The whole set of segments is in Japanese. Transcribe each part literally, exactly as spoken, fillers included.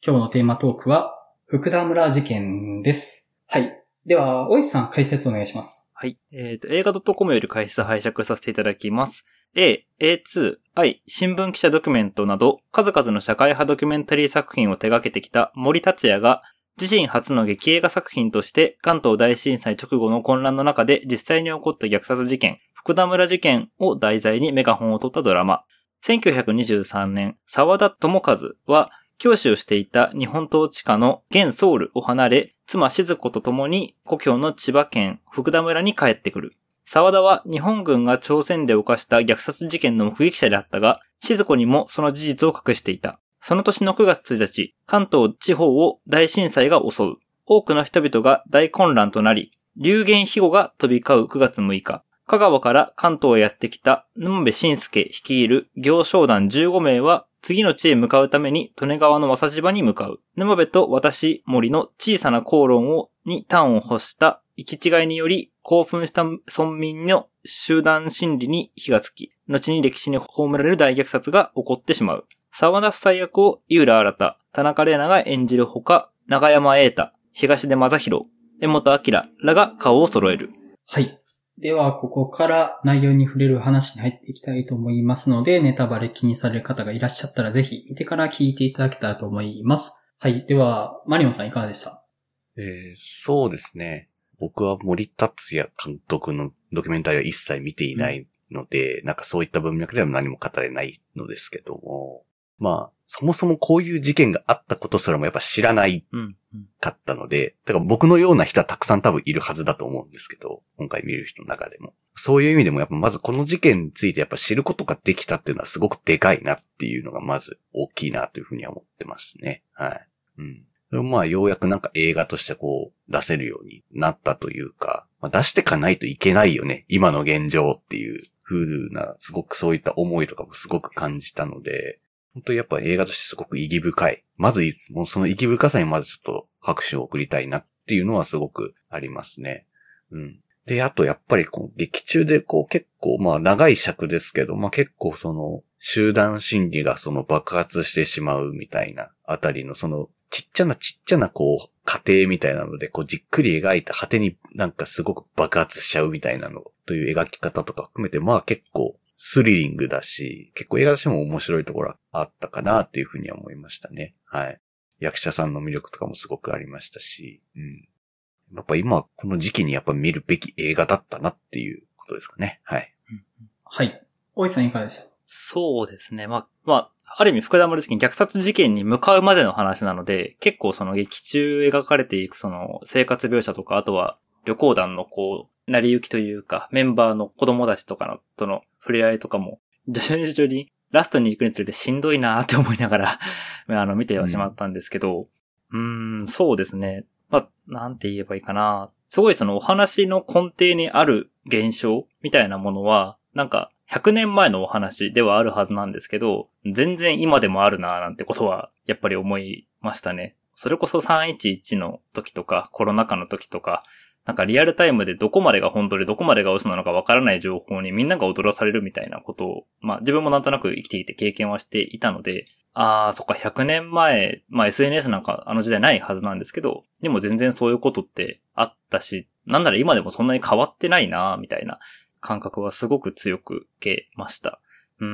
今日のテーマトークは、福田村事件です。はい。では、大石さん解説お願いします。 はい。えっと、映画 .com より解説拝借させていただきます。A、エーツー、I、新聞記者ドキュメントなど、数々の社会派ドキュメンタリー作品を手掛けてきた森達也が、自身初の劇映画作品として、関東大震災直後の混乱の中で実際に起こった虐殺事件、福田村事件を題材にメガホンを取ったドラマ。せんきゅうひゃくにじゅうさんねん、沢田智和は、教師をしていた日本統治下の現ソウルを離れ、妻静子と共に故郷の千葉県福田村に帰ってくる。沢田は日本軍が朝鮮で犯した虐殺事件の目撃者であったが、静子にもその事実を隠していた。その年のくがつついたち、関東地方を大震災が襲う。多くの人々が大混乱となり、流言飛語が飛び交うくがつむいか。香川から関東へやってきた沼部信介率いる行商団じゅうごめいは、次の地へ向かうために利根川のわさじ場に向かう。沼部と私森の小さな口論をに端を欲した行き違いにより興奮した村民の集団心理に火がつき、後に歴史に葬られる大虐殺が起こってしまう。沢田夫妻役を井浦新、田中玲奈が演じるほか、永山瑛太、東出正宏、江本明らが顔を揃える。 はい。では、ここから内容に触れる話に入っていきたいと思いますので、ネタバレ気にされる方がいらっしゃったらぜひ見てから聞いていただけたらと思います。はい。では、マリオンさんいかがでした？ えー、そうですね。僕は森達也監督のドキュメンタリーは一切見ていないので、うん、なんかそういった文脈では何も語れないのですけども、まあ、そもそもこういう事件があったことすらもやっぱ知らないかったので、だから僕のような人はたくさん多分いるはずだと思うんですけど、今回見る人の中でも。そういう意味でもやっぱまずこの事件についてやっぱ知ることができたっていうのはすごくでかいなっていうのがまず大きいなというふうには思ってますね。はい。うん。それもまあようやくなんか映画としてこう出せるようになったというか、まあ、出してかないといけないよね。今の現状っていう風なすごくそういった思いとかもすごく感じたので、本当にやっぱ映画としてすごく意義深い。まず、もうその意義深さにまずちょっと拍手を送りたいなっていうのはすごくありますね。うん。で、あとやっぱりこう劇中でこう結構まあ長い尺ですけど、まあ結構その集団心理がその爆発してしまうみたいなあたりのそのちっちゃなちっちゃなこう過程みたいなのでこうじっくり描いた果てになんかすごく爆発しちゃうみたいなのという描き方とか含めてまあ結構スリリングだし、結構映画としても面白いところはあったかなっていうふうには思いましたね。はい。役者さんの魅力とかもすごくありましたし、うん。やっぱ今この時期にやっぱ見るべき映画だったなっていうことですかね。はい。 はい。大井さんいかがですか？ そうですね。まあ、まあ、ある意味福田村事件、虐殺事件に向かうまでの話なので、結構その劇中描かれていくその生活描写とか、あとは旅行団のこう、成り行きというか、メンバーの子供たちとかのとの触れ合いとかも、徐々に徐々にラストに行くにつれてしんどいなーって思いながらあの見てはしまったんですけど、うーん、そうですね。まあ、なんて言えばいいかな。すごいそのお話の根底にある現象みたいなものは、なんかひゃくねんまえのお話ではあるはずなんですけど、全然今でもあるなーなんてことはやっぱり思いましたね。それこそさんいちいちの時とかコロナ禍の時とか、なんかリアルタイムでどこまでが本当でどこまでが嘘なのかわからない情報にみんなが踊らされるみたいなことを、まあ自分もなんとなく生きていて経験はしていたので、ああ、そっかひゃくねんまえ、まあ エスエヌエス なんかあの時代ないはずなんですけど、でも全然そういうことってあったし、なんなら今でもそんなに変わってないなみたいな感覚はすごく強く受けました。うん。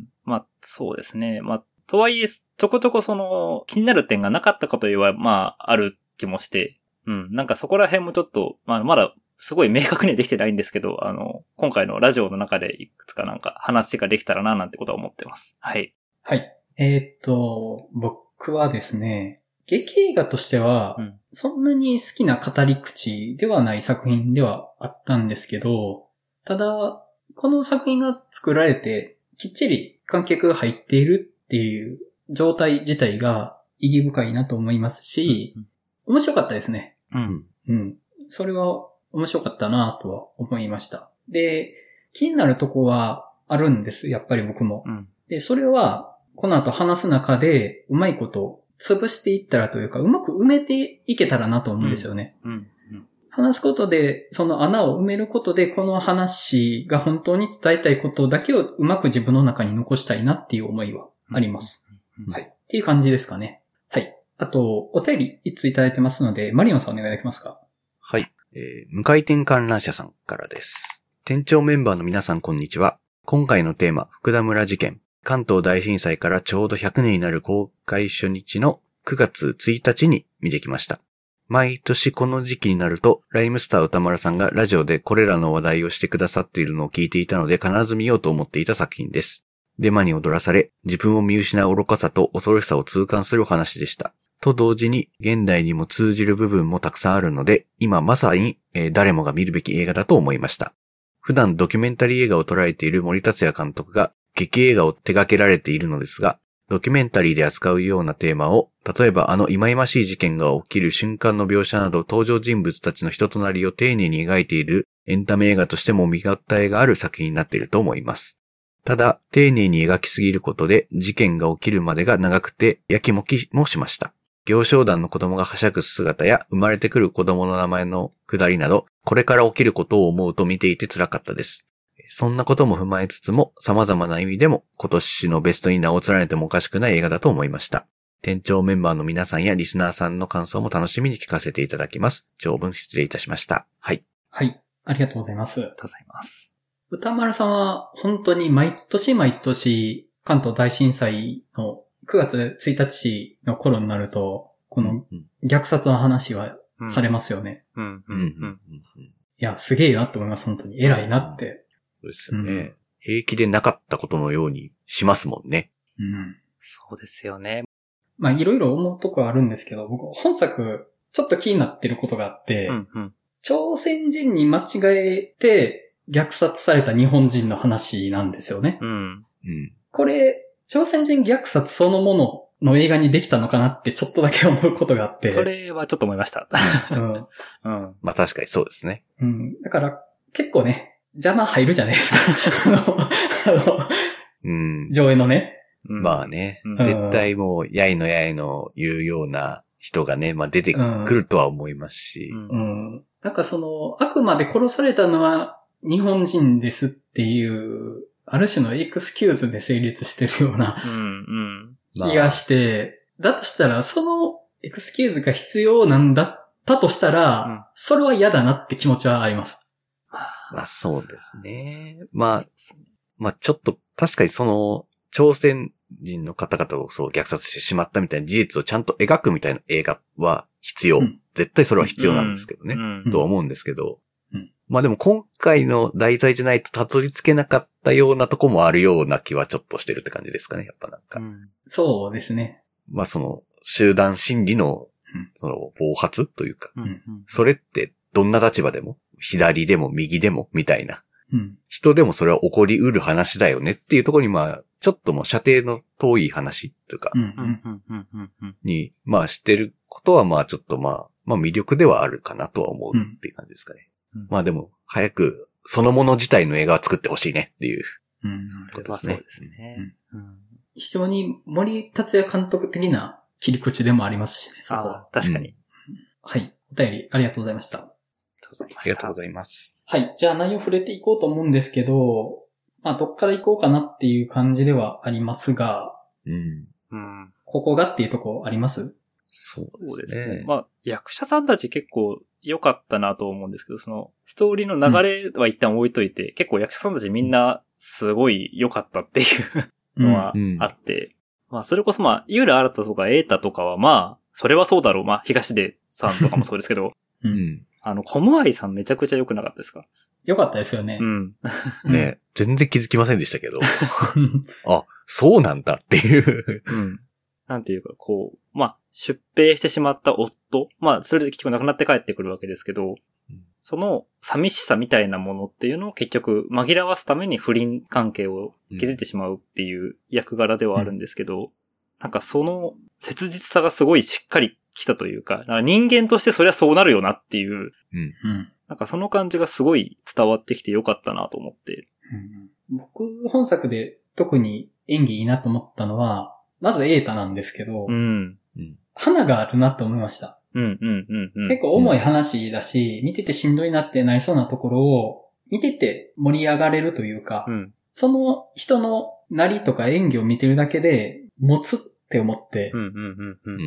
まあそうですね。まあとはいえ、ちょこちょこその気になる点がなかったかといえば、まあある気もして、うん。なんかそこら辺もちょっと、まあまだすごい明確にはできてないんですけど、あの、今回のラジオの中でいくつかなんか話ができたらななんてことは思ってます。はい。 はい。えー、っと、僕はですね、劇映画としては、そんなに好きな語り口ではない作品ではあったんですけど、ただ、この作品が作られて、きっちり観客が入っているっていう状態自体が意義深いなと思いますし、うん面白かったですね。 うん。 うん。それは面白かったなとは思いました。で、気になるとこはあるんです。やっぱり僕も。 うん、 で、それは、この後話す中で、うまいこと潰していったらというか、うまく埋めていけたらなと思うんですよね。 うん。うん。 話すことで、その穴を埋めることで、この話が本当に伝えたいことだけをうまく自分の中に残したいなっていう思いはあります。 うん、 はい。っていう感じですかね。はい。 あと、お便りいついただいてますので、マリオンさんお願いできますか？ はい。えー、無回転観覧車さんからです。店長メンバーの皆さんこんにちは。今回のテーマ、福田村事件。関東大震災からちょうどひゃくねんになる公開初日のくがつついたちに見てきました。毎年この時期になると、ライムスター歌丸さんがラジオでこれらの話題をしてくださっているのを聞いていたので必ず見ようと思っていた作品です。デマに踊らされ、自分を見失う愚かさと恐ろしさを痛感するお話でした。と同時に、現代にも通じる部分もたくさんあるので、今まさに、えー、誰もが見るべき映画だと思いました。普段ドキュメンタリー映画を捉えている森達也監督が、劇映画を手掛けられているのですが、ドキュメンタリーで扱うようなテーマを、例えばあの忌々しい事件が起きる瞬間の描写など登場人物たちの人となりを丁寧に描いているエンタメ映画としても見応えがある作品になっていると思います。ただ、丁寧に描きすぎることで事件が起きるまでが長くてやきもきもしました。行商団の子供がはしゃぐ姿や生まれてくる子供の名前の下りなど、これから起きることを思うと見ていて辛かったです。そんなことも踏まえつつも、様々な意味でも今年のベストに名を連ねてもおかしくない映画だと思いました。店長メンバーの皆さんやリスナーさんの感想も楽しみに聞かせていただきます。長文失礼いたしました。はい。 はい。ありがとうございます。ありがとうございます。 歌丸さんは本当に毎年毎年関東大震災のくがつついたちの頃になると、この虐殺の話はされますよね。 うんうんうんうん、 いや、すげえなって思います、本当に。偉いなって。 そうですよね、うん。平気でなかったことのようにしますもんね。 うん。 そうですよね。 まあ、いろいろ思うとこあるんですけど、僕、本作、ちょっと気になってることがあって、 うんうん、 朝鮮人に間違えて虐殺された日本人の話なんですよね。 うん。 うん、 これ、朝鮮人虐殺そのものの映画にできたのかなってちょっとだけ思うことがあって。 それはちょっと思いました。 うん。うん。 まあ確かにそうですね。 うん。だから、結構ね、邪魔入るじゃないですか。あの、あの、 うん、 上映のね。 まあね、うん、絶対もう、やいのやいの言うような人がね、まあ出てくるとは思いますし。 うん。うん、なんかその、あくまで殺されたのは日本人ですっていう、ある種のエクスキューズで成立してるような気がして、まあ、だとしたら、そのエクスキューズが必要なんだったとしたら、うん、それは嫌だなって気持ちはあります。 まあそうですね。まあ、まあちょっと確かにその朝鮮人の方々をそう虐殺してしまったみたいな事実をちゃんと描くみたいな映画は必要。うん、絶対それは必要なんですけどね。うん、とは思うんですけど。うん、まあでも今回の題材じゃないとたどり着けなかったようなとこもあるような気はちょっとしてるって感じですかね。やっぱなんか。うん、 そうですね。 まあその集団心理のその暴発というか。うん、それってどんな立場でも左でも右でもみたいな。 うん、 人でもそれは起こりうる話だよねっていうところにまあ、ちょっともう射程の遠い話というか、に、まあしてることはまあちょっとまあ、まあ魅力ではあるかなとは思うっていう感じですかね。うん、まあでも、早くそのもの自体の映画を作ってほしいねっていう。 うん、 ことですね。そうですね。 うん、非常に森達也監督的な切り口でもありますしね、そこは。 あ、確かに、うん。 はい。お便りありがとうございました。 ありがとうございます。 はい。じゃあ内容触れていこうと思うんですけど、まあどっから行こうかなっていう感じではありますが、 うん。 うん。 ここがっていうとこあります？ そうですね。 まあ役者さんたち結構良かったなと思うんですけど、そのストーリーの流れは一旦置いといて、うん、結構役者さんたちみんなすごい良かったっていうのはあって、うんうん、まあそれこそまあ、ユーラ・アラタとかエータとかはまあ、それはそうだろう。まあ東出さんとかもそうですけど、 うん。 あの、コムアイさんめちゃくちゃ良くなかったですか？ 良かったですよね。 うん。 ね、全然気づきませんでしたけど。あ、そうなんだっていう。 うん。なんていうか、こう、まあ、出兵してしまった夫。まあ、それで結局亡くなって帰ってくるわけですけど、うん、その寂しさみたいなものっていうのを結局紛らわすために不倫関係を築いてしまうっていう役柄ではあるんですけど、うん、なんかその切実さがすごいしっかり来たというか、なんか人間としてそりゃそうなるよなっていう、 うんうん、 なんかその感じがすごい伝わってきてよかったなと思って。 うん、僕、本作で特に演技いいなと思ったのは、まずエータなんですけど、 うんうん、 花があるなと思いました。 うんうんうんうん、 結構重い話だし、見ててしんどいなってなりそうなところを、見てて盛り上がれるというか、 うん、 その人のなりとか演技を見てるだけで持つって思って、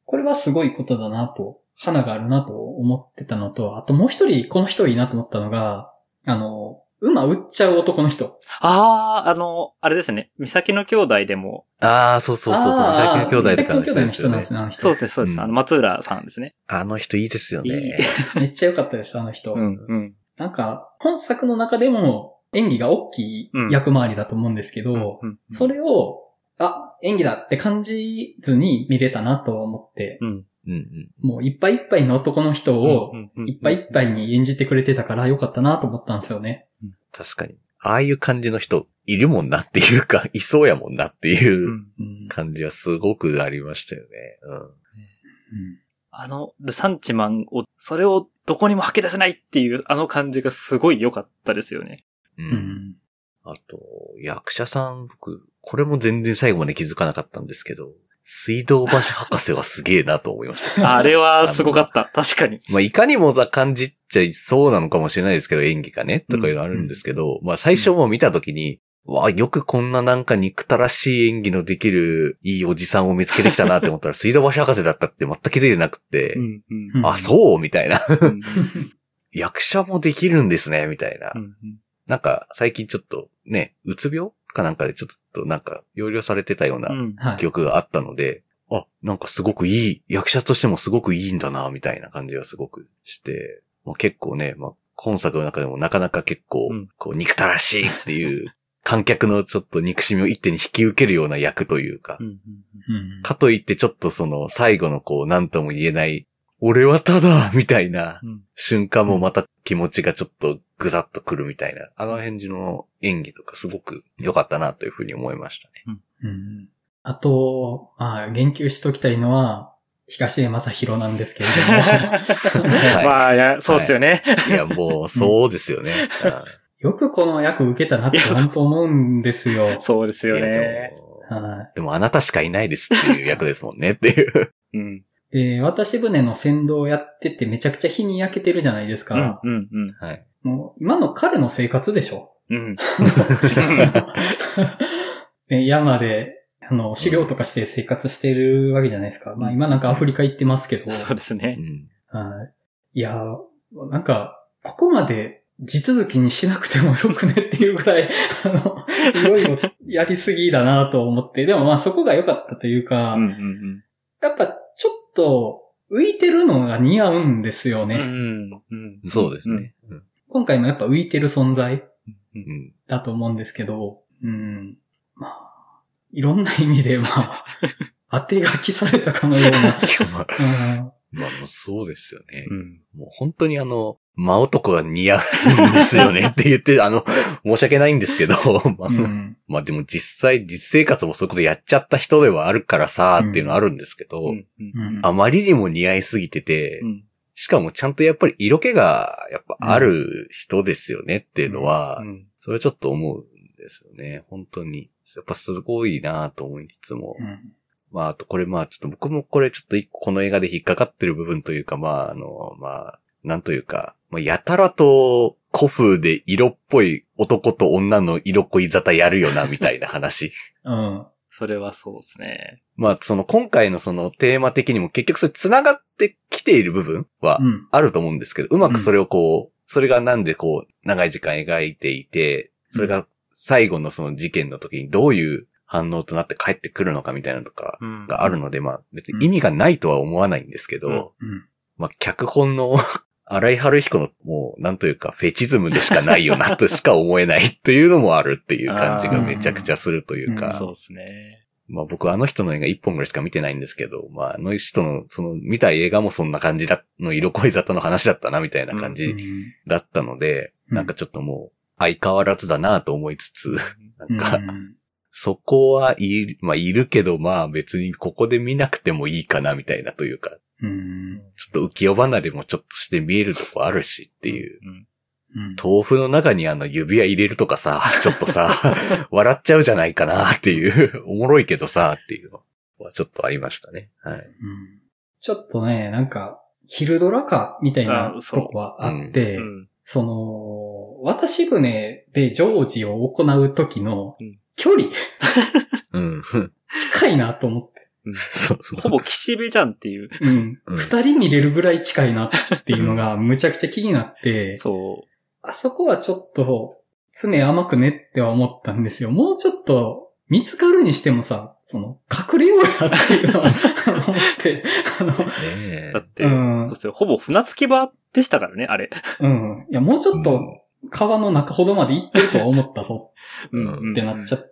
これはすごいことだなと、花があるなと思ってたのと、あともう一人、この人いいなと思ったのが、あの、馬売っちゃう男の人。 ああ、あの、あれですね。三崎の兄弟でも。 ああ、そうそうそうそう。三崎の兄弟とか、ね。 三崎の兄弟の人なんですね、あの人。 そうです、そうです。うん、あの、松浦さんですね。 あの人いいですよね。 いいめっちゃ良かったです、あの人。 うん、うん。 なんか、本作の中でも演技が大きい役回りだと思うんですけど、うんうんうん、それを、あ、演技だって感じずに見れたなと思って、うんうんうん、もういっぱいいっぱいの男の人をいっぱいいっぱいに演じてくれてたからよかったなと思ったんですよね。 確かに。ああいう感じの人いるもんなっていうか、いそうやもんなっていう感じはすごくありましたよね。うんうん、 あの、ルサンチマンを、それをどこにも吐き出せないっていうあの感じがすごい良かったですよね。 うん。あと、役者さん、僕、これも全然最後まで気づかなかったんですけど、水道橋博士はすげえなと思いました。 あれはすごかった。確かに。 まあ、いかにも感じちゃいそうなのかもしれないですけど、演技がね、とかいうのあるんですけど、うん、まあ、最初も見たときに、うん、わあ、よくこんななんか憎たらしい演技のできるいいおじさんを見つけてきたなって思ったら、水道橋博士だったって全く気づいてなくて、うんうん、あ、そうみたいな。役者もできるんですね、みたいな。うんうん、なんか、最近ちょっとね、うつ病かなんかでちょっとなんか、療養されてたような記憶があったので、うんはい、あ、なんかすごくいい、役者としてもすごくいいんだな、みたいな感じがすごくして、まあ、結構ね、まあ、今作の中でもなかなか結構、うん、こう、憎たらしいっていう、観客のちょっと憎しみを一手に引き受けるような役というか、うんうんうん、かといってちょっとその最後のこう、なんとも言えない、俺はただみたいな瞬間もまた気持ちがちょっとぐざっとくるみたいな、あの返事の演技とかすごく良かったなというふうに思いましたね。 うんうん、あと、まあ、言及しときたいのは、東出正宏なんですけれども。 はい、まあ、いや、そうですよね。 はい、いや、もう、そうですよね。 よくこの役受けたなって本当思うんですよ。 そうですよね。 はい。でもあなたしかいないですっていう役ですもんねっていう。うん。 で、渡し船の船頭をやっててめちゃくちゃ日に焼けてるじゃないですか。うんうんうん。はい。もう今の彼の生活でしょ。うん。山で、あの、狩猟とかして生活してるわけじゃないですか。うん、まあ今なんかアフリカ行ってますけど。 そうですね。 うん、はい。いや、なんか、ここまで地続きにしなくてもよくねっていうぐらい、あの、いろいろやりすぎだなと思って。でもまあそこが良かったというか、うんうんうん、やっぱちょっと浮いてるのが似合うんですよね。うんうん、そうですね、 うん。今回もやっぱ浮いてる存在だと思うんですけど、うん、まあ、いろんな意味でまあ、当て書きされたかのような。 うんまあもうそうですよね。うん、もう本当にあの、真男が似合うんですよねって言って、あの、申し訳ないんですけど、まあ、うん、まあでも実際、実生活もそういうことやっちゃった人ではあるからさ、っていうのはあるんですけど、うんうん、あまりにも似合いすぎてて、うん、しかもちゃんとやっぱり色気がやっぱある人ですよねっていうのは、それはちょっと思うんですよね。本当に。やっぱすごいなと思いつつも、うんまあ、あとこれまあちょっと僕もこれちょっと一個この映画で引っかかってる部分というかまああの、まあ、なんというか、まあ、やたらと古風で色っぽい男と女の色恋沙汰やるよなみたいな話。 うん。それはそうですね。 まあその今回のそのテーマ的にも結局それ繋がってきている部分はあると思うんですけど、うん、うまくそれをこう、それがなんでこう長い時間描いていて、それが最後のその事件の時にどういう反応となって帰ってくるのかみたいなのとかがあるので、うん、まあ別に意味がないとは思わないんですけど、うんうん、まあ脚本の荒井晴彦のもうなんというかフェチズムでしかないよなとしか思えないというのもあるっていう感じがめちゃくちゃするというか。 うん、そうですね。 まあ僕あの人の映画一本ぐらいしか見てないんですけど、まああの人のその見た映画もそんな感じだの色恋沙汰の話だったなみたいな感じだったので、うん、なんかちょっともう相変わらずだなと思いつつ、なんか、うんそこはいる、まあ、いるけど、まあ別にここで見なくてもいいかなみたいなというか、うんちょっと浮世離れもちょっとして見えるとこあるしっていう、うんうん、豆腐の中にあの指輪入れるとかさ、ちょっとさ、笑っちゃうじゃないかなっていう、おもろいけどさっていうのはちょっとありましたね。はい。うん、 ちょっとね、なんか、昼ドラかみたいなとこはあって、うんうん、その、渡し船で常時を行う時の、うん距離、うん、近いなと思って。 うん、ほぼ岸辺じゃんっていう。 うん。二人見れるぐらい近いなっていうのがむちゃくちゃ気になって、 そう。 あそこはちょっと、爪甘くねっては思ったんですよ。もうちょっと、見つかるにしてもさ、その、隠れようやっていうのは思って、あの、 ね、だって、うん、そうですよ。ほぼ船着き場でしたからね、あれ。 うん。いや、もうちょっと、川の中ほどまで行ってるとは思ったぞ。うん。ってなっちゃって、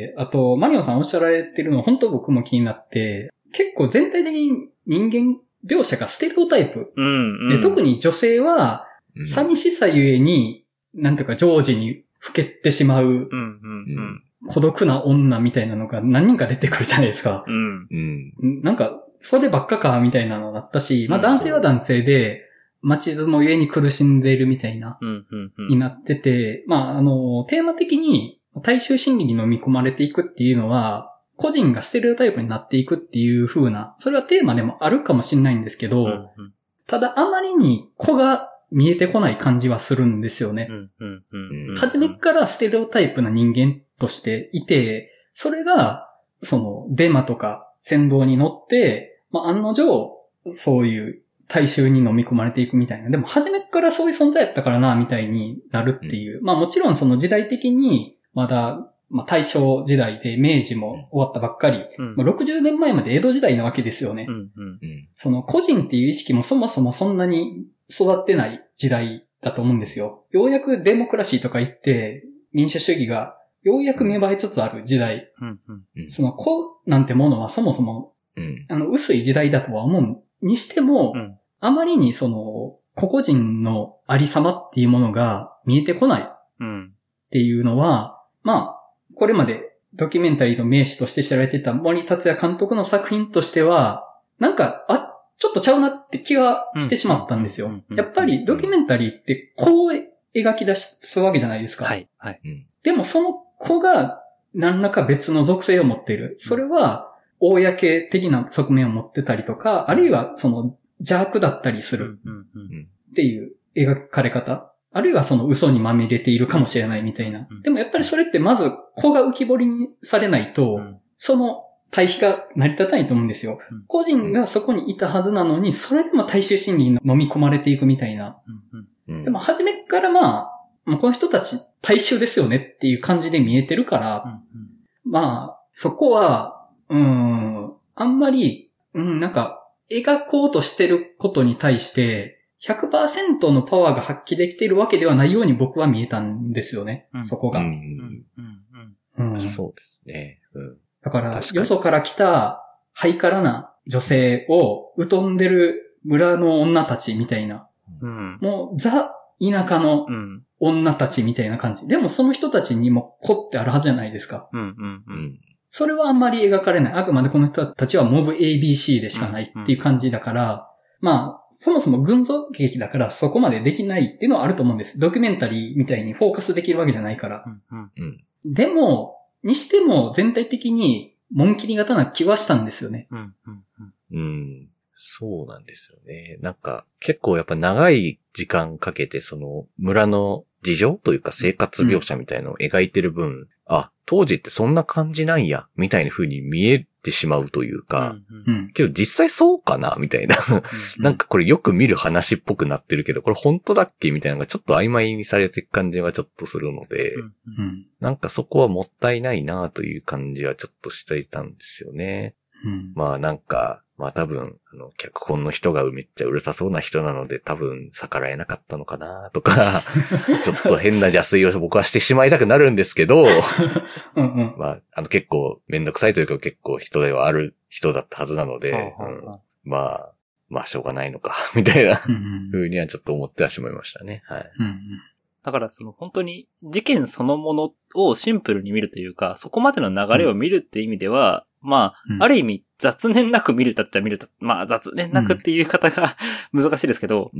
あと、マリオンさんおっしゃられてるの、本当僕も気になって、結構全体的に人間描写がステレオタイプ。うんうん、で特に女性は、寂しさゆえに、なんていうか、常時に老けてしまう、うんうんうん孤独な女みたいなのが何人か出てくるじゃないですか。うん。なんか、そればっかか、みたいなのだったし、まあ男性は男性で、街図の家に苦しんでいるみたいな、になってて、まああの、テーマ的に大衆心理に飲み込まれていくっていうのは、個人がステレオタイプになっていくっていう風な、それはテーマでもあるかもしれないんですけど、うんうん、ただあまりに子が見えてこない感じはするんですよね。初めからステレオタイプな人間としていて、それが、その、デマとか先導に乗って、まあ、案の定、そういう大衆に飲み込まれていくみたいな。でも、初めからそういう存在やったからな、みたいになるっていう。うん、まあ、もちろんその時代的に、まだ、まあ、大正時代で明治も終わったばっかり、うん、まあ、ろくじゅうねんまえまで江戸時代なわけですよね。うんうん、その個人っていう意識もそもそもそんなに育ってない時代だと思うんですよ。ようやくデモクラシーとか言って、民主主義がようやく芽生えつつある時代。うんうん、その子なんてものはそもそも、うん、あの薄い時代だとは思うにしても、うん、あまりにその個々人のありさまっていうものが見えてこないっていうのは、うん、まあ、これまでドキュメンタリーの名手として知られてた森達也監督の作品としては、なんか、あ、ちょっとちゃうなって気がしてしまったんですよ。やっぱりドキュメンタリーってこう描き出すわけじゃないですか。はい。はい。でもその子が何らか別の属性を持っている。それは、公的な側面を持ってたりとか、あるいはその邪悪だったりするっていう描かれ方。あるいはその嘘にまみれているかもしれないみたいな。でもやっぱりそれってまず子が浮き彫りにされないと、その対比が成り立たないと思うんですよ。個人がそこにいたはずなのに、それでも大衆心理に飲み込まれていくみたいな。でも初めからまあ、この人たち大衆ですよねっていう感じで見えてるから、うんうん、まあ、そこは、うーん、あんまり、うん、なんか、描こうとしてることに対して、ひゃくパーセント のパワーが発揮できているわけではないように僕は見えたんですよね、うん、そこが、うんうんうん。そうですね。うん、 だから、よそから来たハイカラな女性を疎んでる村の女たちみたいな、うん、もうザ・田舎の、うん女たちみたいな感じ。でもその人たちにも子ってあるはずじゃないですか。うんうんうん。それはあんまり描かれない。あくまでこの人たちはモブ エービーシー でしかないっていう感じだから、うんうん、まあ、そもそも群像劇だからそこまでできないっていうのはあると思うんです。ドキュメンタリーみたいにフォーカスできるわけじゃないから。うんうんうん、でも、にしても全体的に紋切り型な気はしたんですよね。うんうんうん。うんそうなんですよね。なんか結構やっぱ長い時間かけてその村の事情というか生活描写みたいのを描いてる分、うん、あ、当時ってそんな感じなんや、みたいな風に見えてしまうというか、うんうん、けど実際そうかなみたいな。なんかこれよく見る話っぽくなってるけど、これ本当だっけみたいなのがちょっと曖昧にされていく感じがちょっとするので、うんうん、なんかそこはもったいないなという感じはちょっとしていたんですよね。うん、まあなんか、まあ多分、あの、脚本の人がめっちゃうるさそうな人なので多分逆らえなかったのかなとか、ちょっと変な邪推を僕はしてしまいたくなるんですけど、うんうん、まあ、あの結構めんどくさいというか結構人ではある人だったはずなので、はあはあうん、まあ、まあしょうがないのか、みたいな風にはちょっと思ってはしまいましたね。はい。うんうんだからその本当に事件そのものをシンプルに見るというか、そこまでの流れを見るって意味では、うん、まあ、うん、ある意味雑念なく見れたっちゃ見れた。まあ雑念なくっていう言い方が難しいですけど、うん、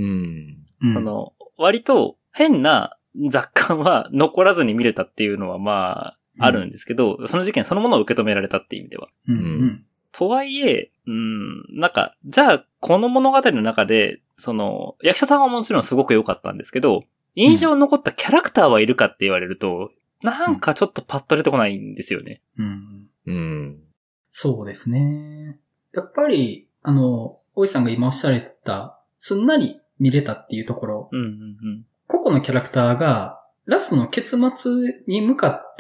その割と変な雑感は残らずに見れたっていうのはまあ、あるんですけど、うん、その事件そのものを受け止められたっていう意味では。うんうん、とはいえ、うん、なんか、じゃあこの物語の中で、その役者さんはもちろんすごく良かったんですけど、印象に残ったキャラクターはいるかって言われると、うん、なんかちょっとパッと出てこないんですよね。うん。 うん。そうですね。 やっぱり、あの、大井さんが今おっしゃられた、すんなり見れたっていうところ、 うんうんうん、 個々のキャラクターが、ラストの結末に向かって、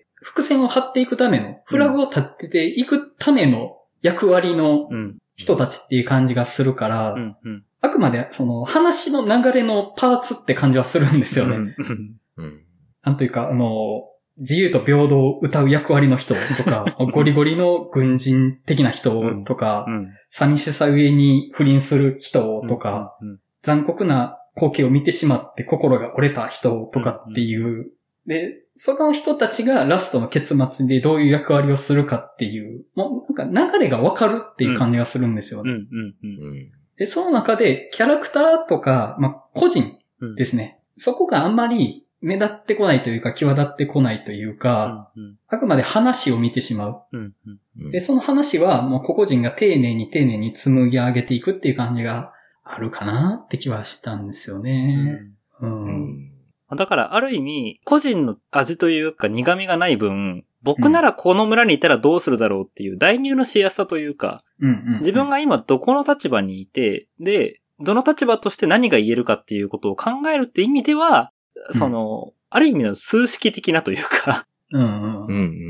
伏線を張っていくための、フラグを立てていくための役割の人たちっていう感じがするから、 うんうん、 あくまでその話の流れのパーツって感じはするんですよね。うんうん、なんというか、あの、自由と平等を歌う役割の人とか、ゴリゴリの軍人的な人とか、うんうん、寂しさ上に不倫する人とか、うんうんうん、残酷な光景を見てしまって心が折れた人とかっていう、うんうん、で、その人たちがラストの結末でどういう役割をするかっていう、もうなんか流れがわかるっていう感じがするんですよね。うんうんうん、で、その中でキャラクターとか、まあ、個人ですね、うん。そこがあんまり目立ってこないというか、際立ってこないというか、うんうん、あくまで話を見てしまう、うんうん。で、その話はもう個々人が丁寧に丁寧に紡ぎ上げていくっていう感じがあるかなって気はしたんですよね。うんうん、 だから、ある意味、個人の味というか苦味がない分、僕ならこの村にいたらどうするだろうっていう代入のしやすさというか、うんうんうん、自分が今どこの立場にいて、で、どの立場として何が言えるかっていうことを考えるって意味では、うん、その、ある意味の数式的なというか、うんうんうん、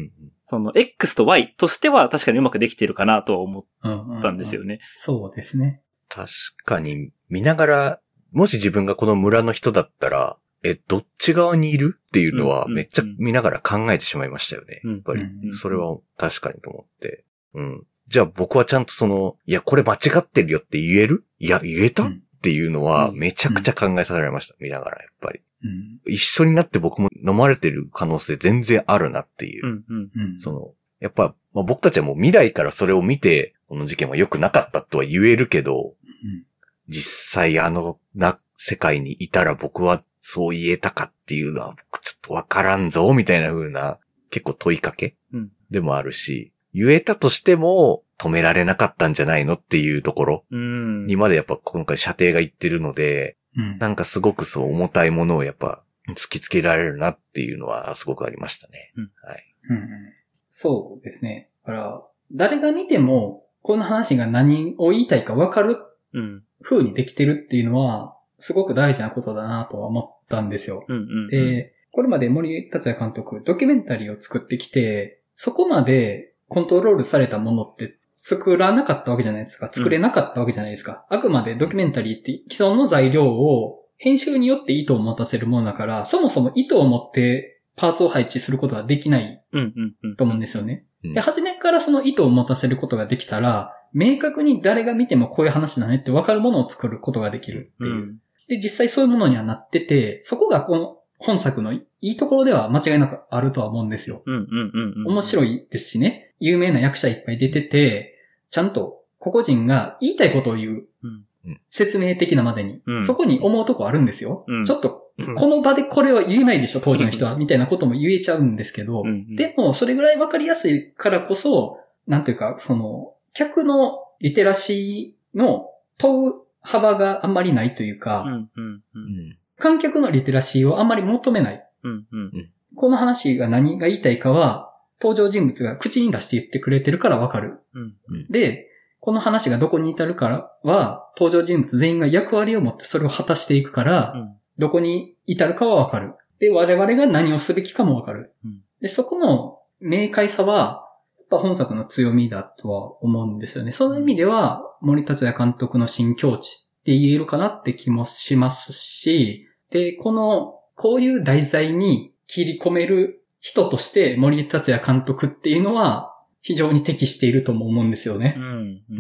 その X と Y としては確かにうまくできているかなとは思ったんですよね。うんうんうん、 そうですね。 確かに見ながら、もし自分がこの村の人だったら、え、どっち側にいるっていうのはめっちゃ見ながら考えてしまいましたよね。うん、やっぱり、それは確かにと思って。うん。じゃあ僕はちゃんとその、いや、これ間違ってるよって言える？いや、言えた、うん、っていうのはめちゃくちゃ考えさせられました。見ながら、やっぱり。うん、一緒になって僕も飲まれてる可能性全然あるなっていう。うんうんうん、その、やっぱ、まあ、僕たちはもう未来からそれを見て、この事件は良くなかったとは言えるけど、うん、実際あのな世界にいたら僕はそう言えたかっていうのは僕ちょっとわからんぞみたいな風な結構問いかけでもあるし、うん、言えたとしても止められなかったんじゃないのっていうところにまでやっぱ今回射程がいってるので、うん、なんかすごくそう重たいものをやっぱ突きつけられるなっていうのはすごくありましたね。うん、はい、 うんうん。そうですね。だから誰が見てもこの話が何を言いたいかわかる風にできてるっていうのはすごく大事なことだなとは思ったんですよ。うんうんうん、で、これまで森達也監督ドキュメンタリーを作ってきて、そこまでコントロールされたものって作らなかったわけじゃないですか。作れなかったわけじゃないですか。うん、あくまでドキュメンタリーって既存の材料を編集によって意図を持たせるものだから、そもそも意図を持ってパーツを配置することはできないと思うんですよね。うんうんうん、で、初めからその意図を持たせることができたら、明確に誰が見てもこういう話だねって分かるものを作ることができるっていう。うん、で、実際そういうものにはなってて、そこがこの本作のいいところでは間違いなくあるとは思うんですよ。うんうんうんうん、面白いですしね。有名な役者いっぱい出てて、ちゃんと個々人が言いたいことを言う。うん、説明的なまでに、うん。そこに思うとこあるんですよ。うん、ちょっと、この場でこれは言えないでしょ、当時の人は。みたいなことも言えちゃうんですけど、うん、でも、それぐらいわかりやすいからこそ、なんていうか、その、客のリテラシーの問う幅があんまりないというか、うんうんうん、観客のリテラシーをあんまり求めない。うんうん、この話が何が言いたいかは、登場人物が口に出して言ってくれてるからわかる、うんうん。で、この話がどこに至るかは、登場人物全員が役割を持ってそれを果たしていくから、うん、どこに至るかはわかる。で、我々が何をすべきかもわかる、うん。で、そこの明快さは、やっぱ本作の強みだとは思うんですよね。その意味では、森達也監督の新境地って言えるかなって気もしますし、で、この、こういう題材に切り込める人として森達也監督っていうのは、非常に適しているとも思うんですよね。うんうん、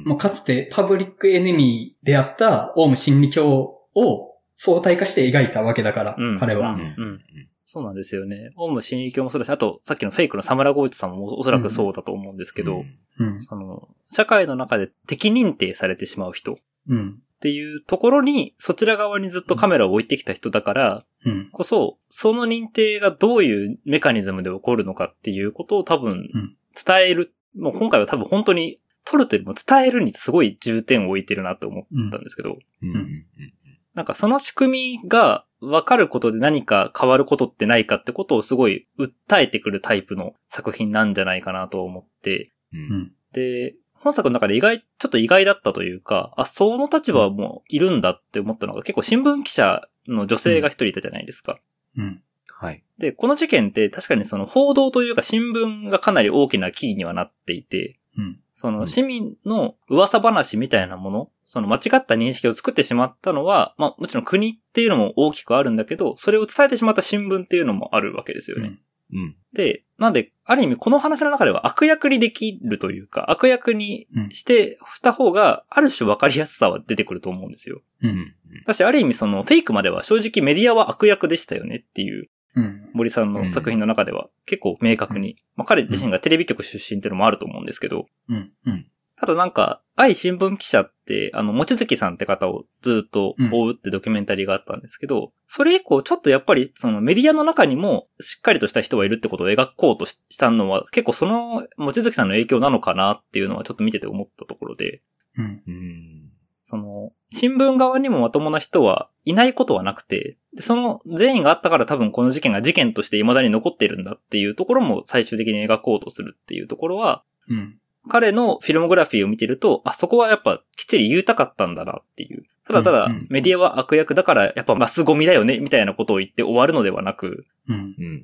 もうかつてパブリックエネミーであったオウム真理教を相対化して描いたわけだから、うん、彼は、うんうんうん。そうなんですよね。オウム真理教もそうだし、あとさっきのフェイクのサムラゴーチさんもおそらくそうだと思うんですけど、うんうん、その社会の中で敵認定されてしまう人っていうところにそちら側にずっとカメラを置いてきた人だからこそ、その認定がどういうメカニズムで起こるのかっていうことを多分、うん伝える。もう今回は多分本当に撮るというよりも伝えるにすごい重点を置いてるなと思ったんですけど、うんうん、なんかその仕組みが分かることで何か変わることってないかってことをすごい訴えてくるタイプの作品なんじゃないかなと思って、うん、で、 本作の中で意外、ちょっと意外だったというか、あ、その立場もいるんだって思ったのが、結構新聞記者の女性が一人いたじゃないですか。 うん。 はい。 で、この事件って確かにその報道というか新聞がかなり大きなキーにはなっていて、 うん。 その市民の噂話みたいなもの、その間違った認識を作ってしまったのは、まあもちろん国っていうのも大きくあるんだけど、それを伝えてしまった新聞っていうのもあるわけですよね。 うん。うん、 で、なんで、ある意味この話の中では悪役にできるというか、悪役にしてした方が、ある種分かりやすさは出てくると思うんですよ。 うん。 だし、ある意味そのフェイクまでは正直メディアは悪役でしたよねっていう、森さんの作品の中では結構明確に、うん、まあ彼自身がテレビ局出身っていうのもあると思うんですけど、 うんうん、 ただなんか、愛新聞記者って、あの、もちづきさんって方をずっと追うってドキュメンタリーがあったんですけど、うん、それ以降ちょっとやっぱりそのメディアの中にもしっかりとした人がいるってことを描こうとしたのは結構そのもちづきさんの影響なのかなっていうのはちょっと見てて思ったところで、 うんうんその、新聞側にもまともな人はいないことはなくて、でその善意があったから多分この事件が事件として未だに残っているんだっていうところも最終的に描こうとするっていうところは、 うん、 彼のフィルモグラフィーを見てると、あ、そこはやっぱきっちり言いたかったんだなっていう。ただただメディアは悪役だからやっぱマスゴミだよねみたいなことを言って終わるのではなく、 うん、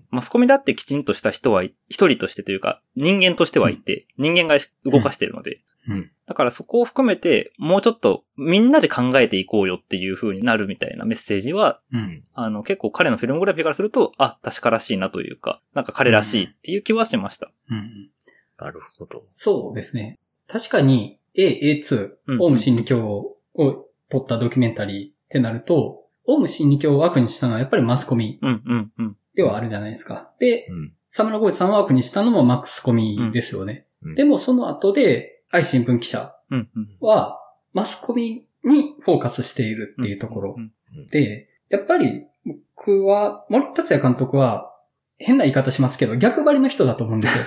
マスコミだってきちんとした人は一人としてというか人間としてはいて、うん、人間が動かしてるので、 うん、 だからそこを含めてもうちょっとみんなで考えていこうよっていう風になるみたいなメッセージは、 うん、 あの結構彼のフィルモグラフィーからすると、あ、確からしいなというか、なんか彼らしいっていう気はしました。 うんうん、 なるほど。 そうですね。確かに エーエーツー、オウム真理教を撮ったドキュメンタリーってなると、オウム真理教を悪にしたのはやっぱりマスコミではあるじゃないですか。で、 うん、 サムラゴイさんを悪にしたのもマスコミですよね。 うん、 でもその後で、愛新聞記者はマスコミにフォーカスしているっていうところで、やっぱり僕は、森達也監督は変な言い方しますけど、逆張りの人だと思うんですよ。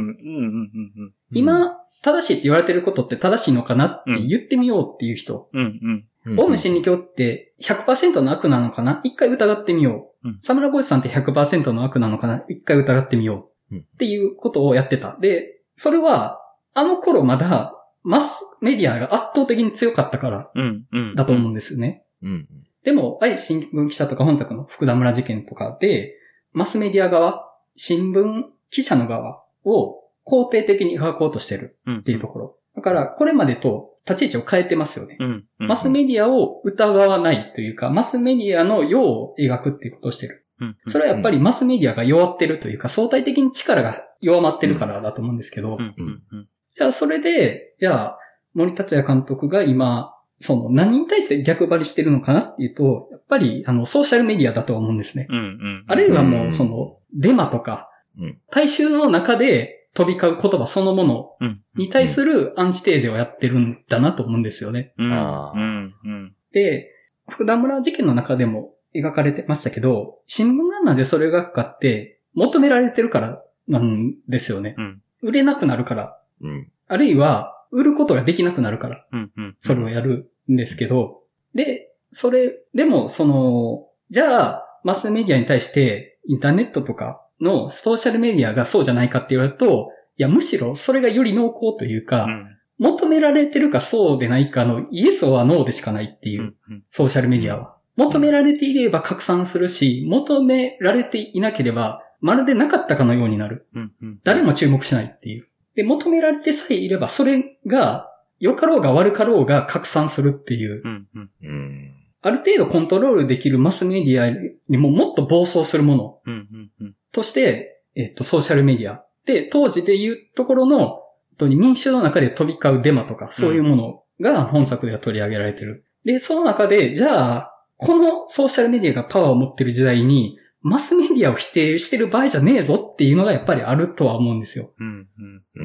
今、正しいって言われてることって正しいのかなって言ってみようっていう人。オウム真理教って ひゃくパーセント の悪なのかな一回疑ってみよう。うん、サムラゴイさんって ひゃくパーセント の悪なのかな一回疑ってみよう。っていうことをやってた。で、それは、あの頃まだ、マスメディアが圧倒的に強かったから、だと思うんですよね。 うんうん、 でも、愛新聞記者とか本作の福田村事件とかで、マスメディア側、新聞記者の側を肯定的に描こうとしてるっていうところ。だから、これまでと立ち位置を変えてますよね。 うんうんうん、 マスメディアを疑わないというか、マスメディアの世を描くっていうことをしてる。 うんうん、 それはやっぱりマスメディアが弱ってるというか、相対的に力が弱まってるからだと思うんですけど、 うんうんうん、 じゃあそれで、じゃあ森達也監督が今、その何に対して逆張りしてるのかなっていうと、やっぱりあのソーシャルメディアだと思うんですね。 うんうん、 あるいはもうそのデマとか、 うん、 大衆の中で飛び交う言葉そのものに対するアンチテーゼをやってるんだなと思うんですよね。 うんうんうん、 で、福田村事件の中でも描かれてましたけど、新聞がなぜそれを描くかって求められてるからなんですよね。 うん、 売れなくなるから、 うん、 あるいは売ることができなくなるから、 うんうん、 それをやるんですけど、で、それ、でもその、じゃあマスメディアに対してインターネットとかのソーシャルメディアがそうじゃないかって言われると、いやむしろそれがより濃厚というか、うん、求められてるかそうでないかのイエスはノーでしかないっていう、うんうん、ソーシャルメディアは。求められていれば拡散するし、求められていなければまるでなかったかのようになる。 うんうん、 誰も注目しないっていう。で、求められてさえいればそれが良かろうが悪かろうが拡散するっていう。 うんうんうん、 ある程度コントロールできるマスメディアにももっと暴走するものとして、えっと、ソーシャルメディア。で、当時で言うところの、本当に民衆の中で飛び交うデマとか、そういうものが本作では取り上げられてる。で、その中で、じゃあ、このソーシャルメディアがパワーを持ってる時代に、マスメディアを否定してる場合じゃねえぞっていうのがやっぱりあるとは思うんですよ。 うんうん、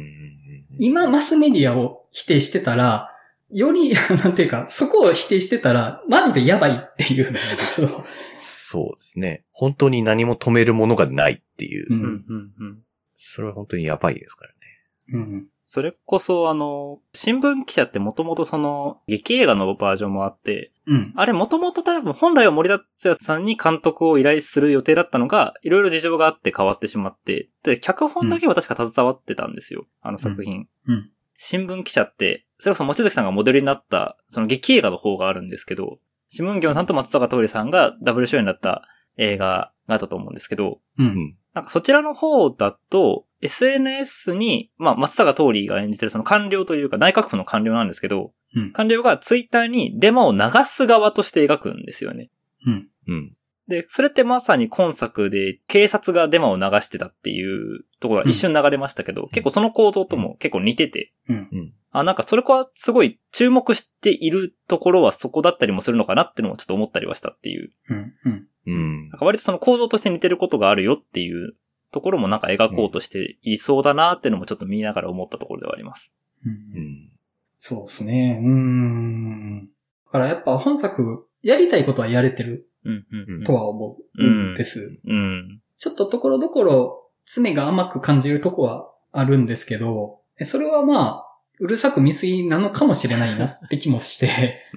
今、マスメディアを否定してたら、より、なんていうか、そこを否定してたら、マジでやばいっていう。 そうですね。本当に何も止めるものがないっていう。 うんうんうん、 それは本当にやばいですからね。 うん、 それこそ、あの、新聞記者ってもともとその、劇映画のバージョンもあって、 うん、 あれもともと多分本来は森達也さんに監督を依頼する予定だったのが、いろいろ事情があって変わってしまって、で、脚本だけは確か携わってたんですよ。あの作品。 うんうん、 新聞記者って、それこそ望月さんがモデルになった、その劇映画の方があるんですけど、シムンギョンさんと松坂桃李さんがダブル主演になった映画があったと思うんですけど、 うん。 なんかそちらの方だと、エスエヌエス に、まあ、松坂桃李が演じてるその官僚というか内閣府の官僚なんですけど、 うん、 官僚がツイッターにデマを流す側として描くんですよね。 うん。 うん。 で、それってまさに今作で警察がデマを流してたっていうところが一瞬流れましたけど、うん、結構その構造とも結構似てて、 うん。 あ、なんかそれはすごい注目しているところはそこだったりもするのかなっていうのもちょっと思ったりはしたっていう。 うん。うん。 うん。 なんか割とその構造として似てることがあるよっていうところもなんか描こうとしていそうだなっていうのもちょっと見ながら思ったところではあります。 うん、そうですね。うーん。だからやっぱ本作やりたいことはやれてるとは思うんです。 うんうん、 ちょっとところどころ爪が甘く感じるとこはあるんですけど、それはまあ、うるさく見すぎなのかもしれないなって気もして、 うん。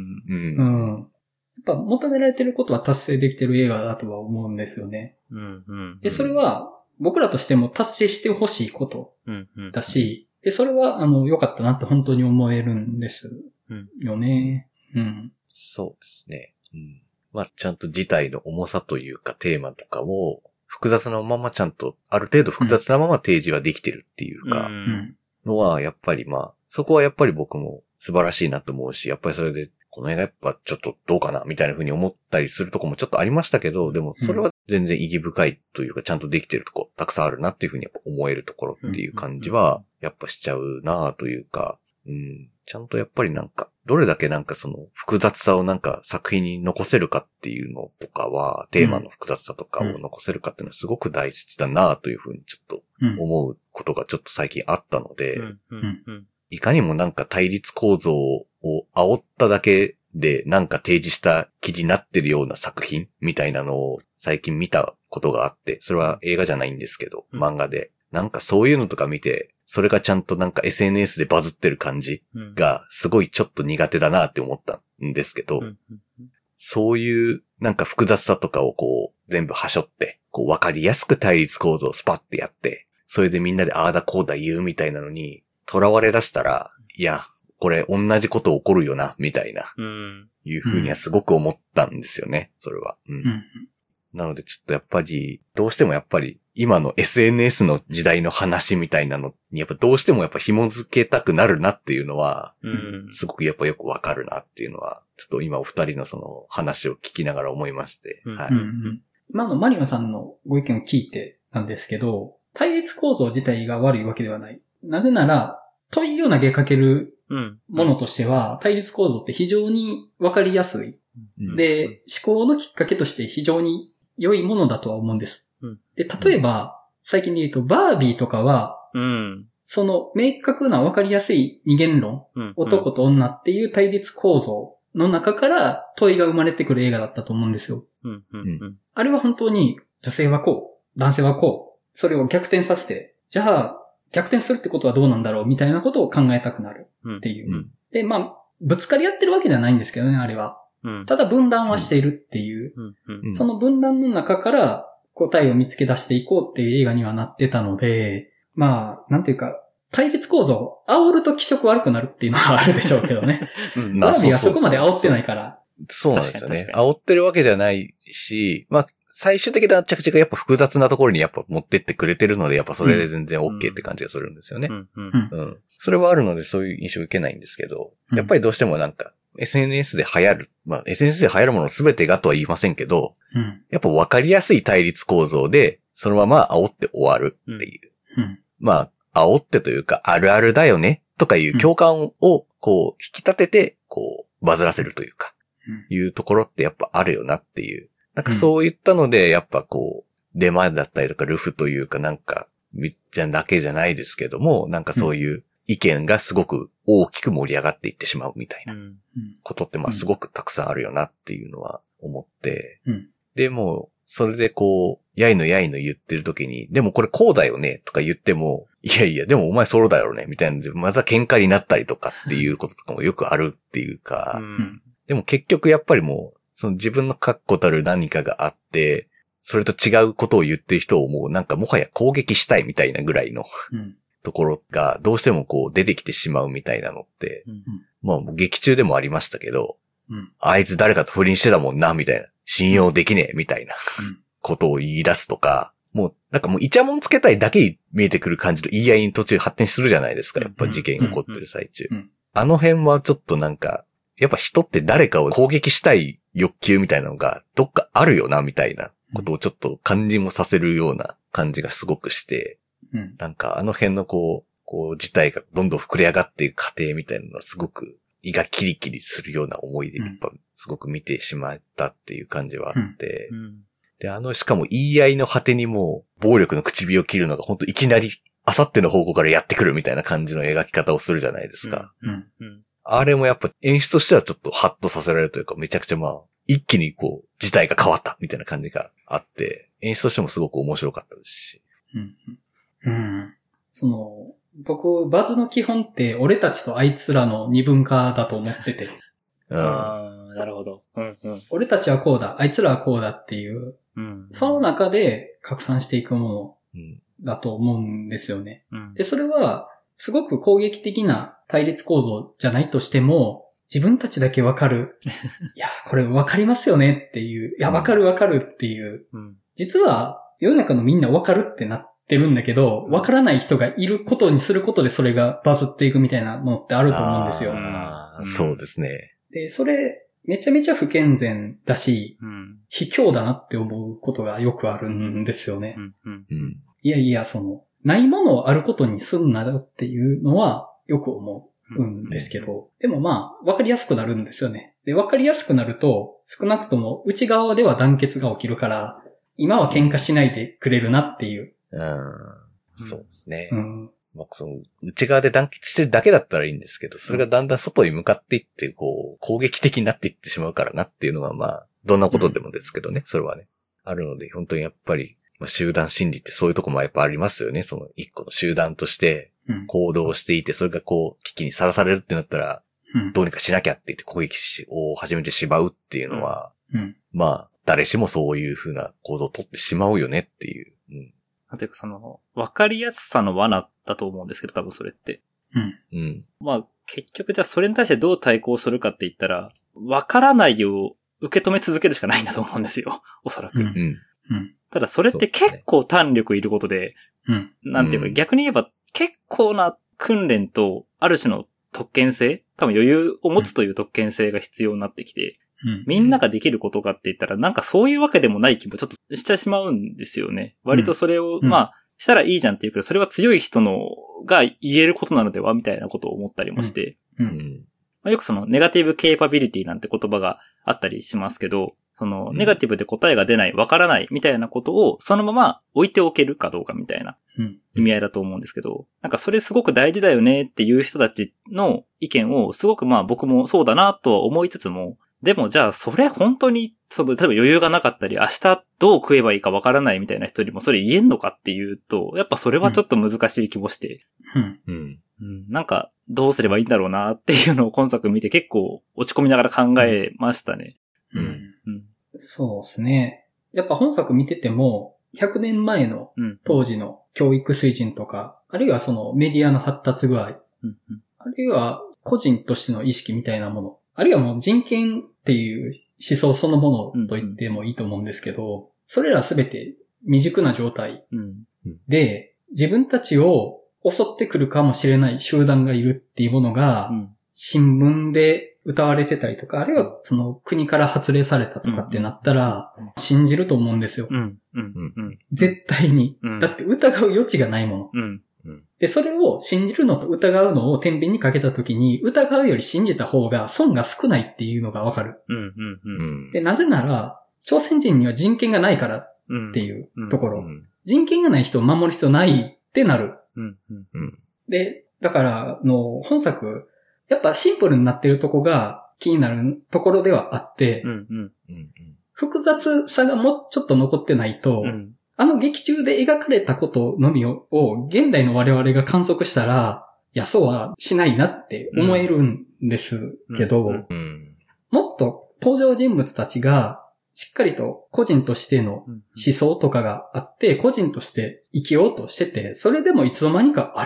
うん。やっぱ求められてることは達成できてる映画だとは思うんですよね。 うんうん、 で、それは僕らとしても達成してほしいことだし、で、それはあの良かったなって本当に思えるんですよね。うん。うん、 そうですね。うん。まあ、ちゃんと事態の重さというかテーマとかを複雑なままちゃんと、ある程度複雑なまま提示はできてるっていうか、のは、やっぱりまあ、そこはやっぱり僕も素晴らしいなと思うし、やっぱりそれで、この映画やっぱちょっとどうかなみたいな風に思ったりするとこもちょっとありましたけど、でもそれは全然意義深いというか、ちゃんとできてるとこたくさんあるなっていう風にやっぱ思えるところっていう感じは、やっぱしちゃうなというか、うん、ちゃんとやっぱりなんか、どれだけなんかその複雑さをなんか作品に残せるかっていうのとかは、テーマの複雑さとかを残せるかっていうのはすごく大切だなというふうにちょっと思うことがちょっと最近あったので、いかにもなんか対立構造を煽っただけでなんか提示した気になってるような作品みたいなのを最近見たことがあって、それは映画じゃないんですけど、漫画で。なんかそういうのとか見て、それがちゃんとなんか エスエヌエス でバズってる感じがすごいちょっと苦手だなって思ったんですけど、そういうなんか複雑さとかをこう全部はしょって、こう分かりやすく対立構造をスパッてやって、それでみんなでああだこうだ言うみたいなのに囚われ出したら、いや、これ同じこと起こるよな、みたいな、いうふうにはすごく思ったんですよね、それは。うん。なのでちょっとやっぱり、どうしてもやっぱり今の エスエヌエス の時代の話みたいなのにやっぱどうしてもやっぱ紐付けたくなるなっていうのは、うん、すごくやっぱよくわかるなっていうのは、ちょっと今お二人のその話を聞きながら思いまして。はい。うんうん、 今のマリマさんのご意見を聞いてなんですけど、対立構造自体が悪いわけではない。なぜなら、問いを投げかけるものとしては、対立構造って非常にわかりやすい。うん、で、思考のきっかけとして非常に良いものだとは思うんです。うん、で、例えば、最近で言うと、バービーとかは、うん、その明確な分かりやすい二元論、うん、男と女っていう対立構造の中から問いが生まれてくる映画だったと思うんですよ。うんうんうん、あれは本当に女性はこう、男性はこう、それを逆転させて、じゃあ逆転するってことはどうなんだろうみたいなことを考えたくなるっていう。うんうん、で、まあ、ぶつかり合ってるわけではないんですけどね、あれは。うん、ただ分断はしているっていう、うんうんうん、その分断の中から答えを見つけ出していこうっていう映画にはなってたので、まあ、なんていうか、対立構造、煽ると気色悪くなるっていうのはあるでしょうけどね。うん、バービーはそこまで煽ってないから。 そうなんですよね。煽ってるわけじゃないし、まあ、最終的な着地がやっぱ複雑なところにやっぱ持ってってくれてるので、やっぱそれで全然 OK って感じがするんですよね。うんうんうん、それはあるのでそういう印象を受けないんですけど、やっぱりどうしてもなんか、エスエヌエス で流行る。まあ、エスエヌエス で流行るものすべてがとは言いませんけど、うん、やっぱ分かりやすい対立構造で、そのまま煽って終わるっていう。うんうん、まあ、煽ってというか、あるあるだよね、とかいう共感を、こう、引き立てて、こう、バズらせるというか、うん、いうところってやっぱあるよなっていう。なんかそういったので、やっぱこう、デマだったりとか、ルフというかなんか、みっちゃんだけじゃないですけども、なんかそういう、意見がすごく大きく盛り上がっていってしまうみたいなことってまあすごくたくさんあるよなっていうのは思って、うん、でもそれでこうやいのやいの言ってる時にでもこれこうだよねとか言ってもいやいやでもお前ソロだよねみたいなのでまた喧嘩になったりとかっていうこととかもよくあるっていうか、うん、でも結局やっぱりもうその自分の確固たる何かがあってそれと違うことを言ってる人をもうなんかもはや攻撃したいみたいなぐらいの、うんところがどうしてもこう出てきてしまうみたいなのって、 うん、 まあ劇中でもありましたけど、 うん、 あいつ誰かと不倫してたもんな、みたいな。信用できねえ、みたいな、うん、ことを言い出すとか、もうなんかもうイチャモンつけたいだけに見えてくる感じの言い合いに途中発展するじゃないですか、やっぱ事件起こってる最中。 うんうんうん、 あの辺はちょっとなんか、やっぱ人って誰かを攻撃したい欲求みたいなのがどっかあるよな、みたいなことをちょっと感じもさせるような感じがすごくして、うん、なんかあの辺のこう、こう事態がどんどん膨れ上がっていく過程みたいなのはすごく胃がキリキリするような思いでやっぱすごく見てしまったっていう感じはあって、うんうん、で、あの、しかも言い合いの果てにもう暴力の口火を切るのが本当いきなりあさっての方向からやってくるみたいな感じの描き方をするじゃないですか。 うんうんうん、 あれもやっぱ演出としてはちょっとハッとさせられるというかめちゃくちゃまあ一気にこう事態が変わったみたいな感じがあって演出としてもすごく面白かったですし。 うんうん、その僕、バズの基本って俺たちとあいつらの二分化だと思ってて。 うん、ああ、なるほど、うんうん。 俺たちはこうだ、あいつらはこうだっていう、うん、その中で拡散していくものだと思うんですよね。うん、で、それはすごく攻撃的な対立構造じゃないとしても、自分たちだけわかる。いや、これわかりますよねっていう。いや、わかるわかるっていう。うん、実は世の中のみんなわかるってなって、ってるんだけど、わからない人がいることにすることでそれがバズっていくみたいなのってあると思うんですよ。 あ、うん、そうですね。 で、それ、めちゃめちゃ不健全だし、うん、卑怯だなって思うことがよくあるんですよね。うんうんうん、いやいや、その、ないものをあることにすんなよっていうのはよく思うんですけど、うんうん、でもまあ、わかりやすくなるんですよね。で、わかりやすくなると、少なくとも内側では団結が起きるから、今は喧嘩しないでくれるなっていう。 うん、そうですね。うん、まあ、その内側で団結してるだけだったらいいんですけど、それがだんだん外に向かっていって、こう、攻撃的になっていってしまうからなっていうのは、まあ、どんなことでもですけどね、うん、それはね。あるので、本当にやっぱり、まあ、集団心理ってそういうとこもやっぱありますよね。その一個の集団として行動していて、それがこう、危機にさらされるってなったら、うん、どうにかしなきゃって言って攻撃を始めてしまうっていうのは、うんうん、まあ、誰しもそういう風な行動をとってしまうよねっていう。うんなんていうかその、わかりやすさの罠だと思うんですけど、多分それって。 うん。 うん。まあ、結局じゃあそれに対してどう対抗するかって言ったら、わからないを受け止め続けるしかないんだと思うんですよ。おそらく。うん。うん。ただそれって結構胆力いることで、うん。なんていうか逆に言えば結構な訓練と、ある種の特権性、多分余裕を持つという特権性が必要になってきて、うん、みんなができることかって言ったら、なんかそういうわけでもない気もちょっとしちゃしまうんですよね。割とそれを、うん、まあ、したらいいじゃんっていうけど、それは強い人のが言えることなのではみたいなことを思ったりもして。うんうんまあ、よくそのネガティブケーパビリティなんて言葉があったりしますけど、そのネガティブで答えが出ない、わからないみたいなことをそのまま置いておけるかどうかみたいな意味合いだと思うんですけど、なんかそれすごく大事だよねっていう人たちの意見をすごくまあ僕もそうだなとは思いつつも、でもじゃあそれ本当に、その例えば余裕がなかったり明日どう食えばいいかわからないみたいな人にもそれ言えんのかっていうと、やっぱそれはちょっと難しい気もして。うんうんうん、なんかどうすればいいんだろうなっていうのを今作見て結構落ち込みながら考えましたね。 うんうん、そうですね。やっぱ本作見ててもひゃくねんまえの当時の教育水準とか、あるいはそのメディアの発達具合、うんうん、あるいは個人としての意識みたいなもの、あるいはもう人権っていう思想そのものと言ってもいいと思うんですけど、うんうん、それらすべて未熟な状態で、自分たちを襲ってくるかもしれない集団がいるっていうものが、新聞で歌われてたりとか、あるいはその国から発令されたとかってなったら、信じると思うんですよ。絶対に。だって疑う余地がないもの。うんで、それを信じるのと疑うのを天秤にかけたときに、疑うより信じた方が損が少ないっていうのがわかる。うんうんうん、で、なぜなら、朝鮮人には人権がないからっていうところ。うんうん、人権がない人を守る必要ないってなる。うんうんうん、で、だからの本作、やっぱシンプルになってるとこが気になるところではあって、うんうんうん、複雑さがもうちょっと残ってないと、うんあの劇中で描かれたことのみを、現代の我々が観測したら、いや、そうはしないなって思えるんですけど、うんうんうん、もっと登場人物たちが、しっかりと個人としての思想とかがあって、個人として生きようとしてて、それでもいつの間にか、あれ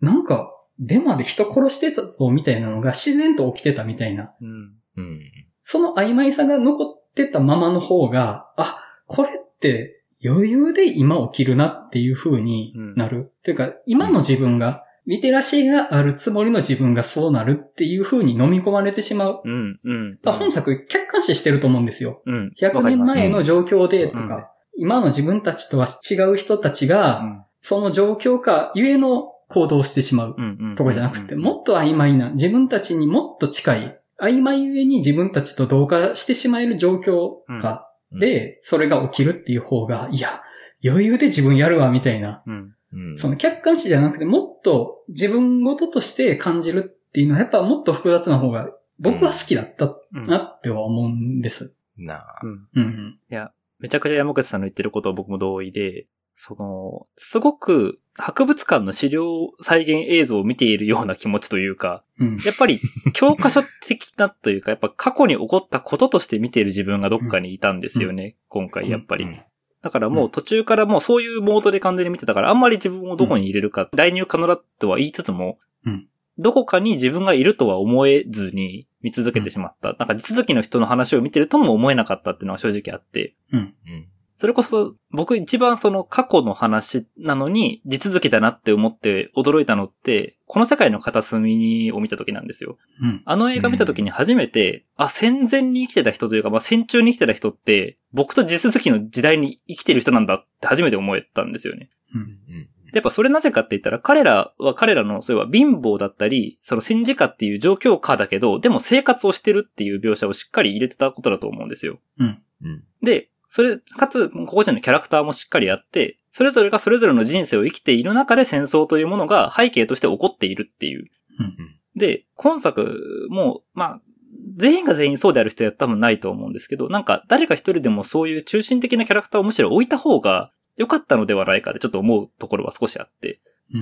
なんか、デマで人殺してたぞみたいなのが自然と起きてたみたいな。 うんうん。 その曖昧さが残ってたままの方が、あ、これって余裕で今起きるなっていう風になる。うん、というか、今の自分が、リテラシーがあるつもりの自分がそうなるっていう風に飲み込まれてしまう。 うんうん、 本作客観視してると思うんですよ。 うん、 ひゃくねんまえの状況でとか、うん、今の自分たちとは違う人たちが、うん、その状況かゆえの行動をしてしまうとかじゃなくて、もっと曖昧な、自分たちにもっと近い、曖昧ゆえに自分たちと同化してしまえる状況かで、それが起きるっていう方が、いや、余裕で自分やるわみたいな。 うんうん、 その客観視じゃなくて、もっと自分ごととして感じるっていうのは、やっぱもっと複雑な方が、僕は好きだったなっては思うんです。 うん、なあ、 うんうん。 いや、めちゃくちゃ山口さんの言ってることは僕も同意で、その、すごく博物館の資料再現映像を見ているような気持ちというか、 うん、 やっぱり教科書的なというか、やっぱ過去に起こったこととして見ている自分がどっかにいたんですよね、うん、今回やっぱり。うんだからもう途中からもうそういうモードで完全に見てたから、あんまり自分をどこに入れるか、代入可能だとは言いつつも、 うん、 どこかに自分がいるとは思えずに見続けてしまった。うん、なんか地続きの人の話を見てるとも思えなかったっていうのは正直あって。 うんそれこそ僕一番その過去の話なのに地続きだなって思って驚いたのって、この世界の片隅を見た時なんですよ。 うん、 あの映画見た時に初めて、うん、あ、戦前に生きてた人というか、まあ戦中に生きてた人って、僕と地続きの時代に生きてる人なんだって初めて思えたんですよね。 うんやっぱそれなぜかって言ったら、彼らは彼らの、そういえば貧乏だったり、その戦時下っていう状況下だけど、でも生活をしてるっていう描写をしっかり入れてたことだと思うんですよ。 うんで、それ、かつ、個々人のキャラクターもしっかりあって、それぞれがそれぞれの人生を生きている中で戦争というものが背景として起こっているっていう。 うん、 で、今作も、まあ、全員が全員そうである必要は多分ないと思うんですけど、なんか誰か一人でもそういう中心的なキャラクターをむしろ置いた方が良かったのではないかってちょっと思うところは少しあって。 うん、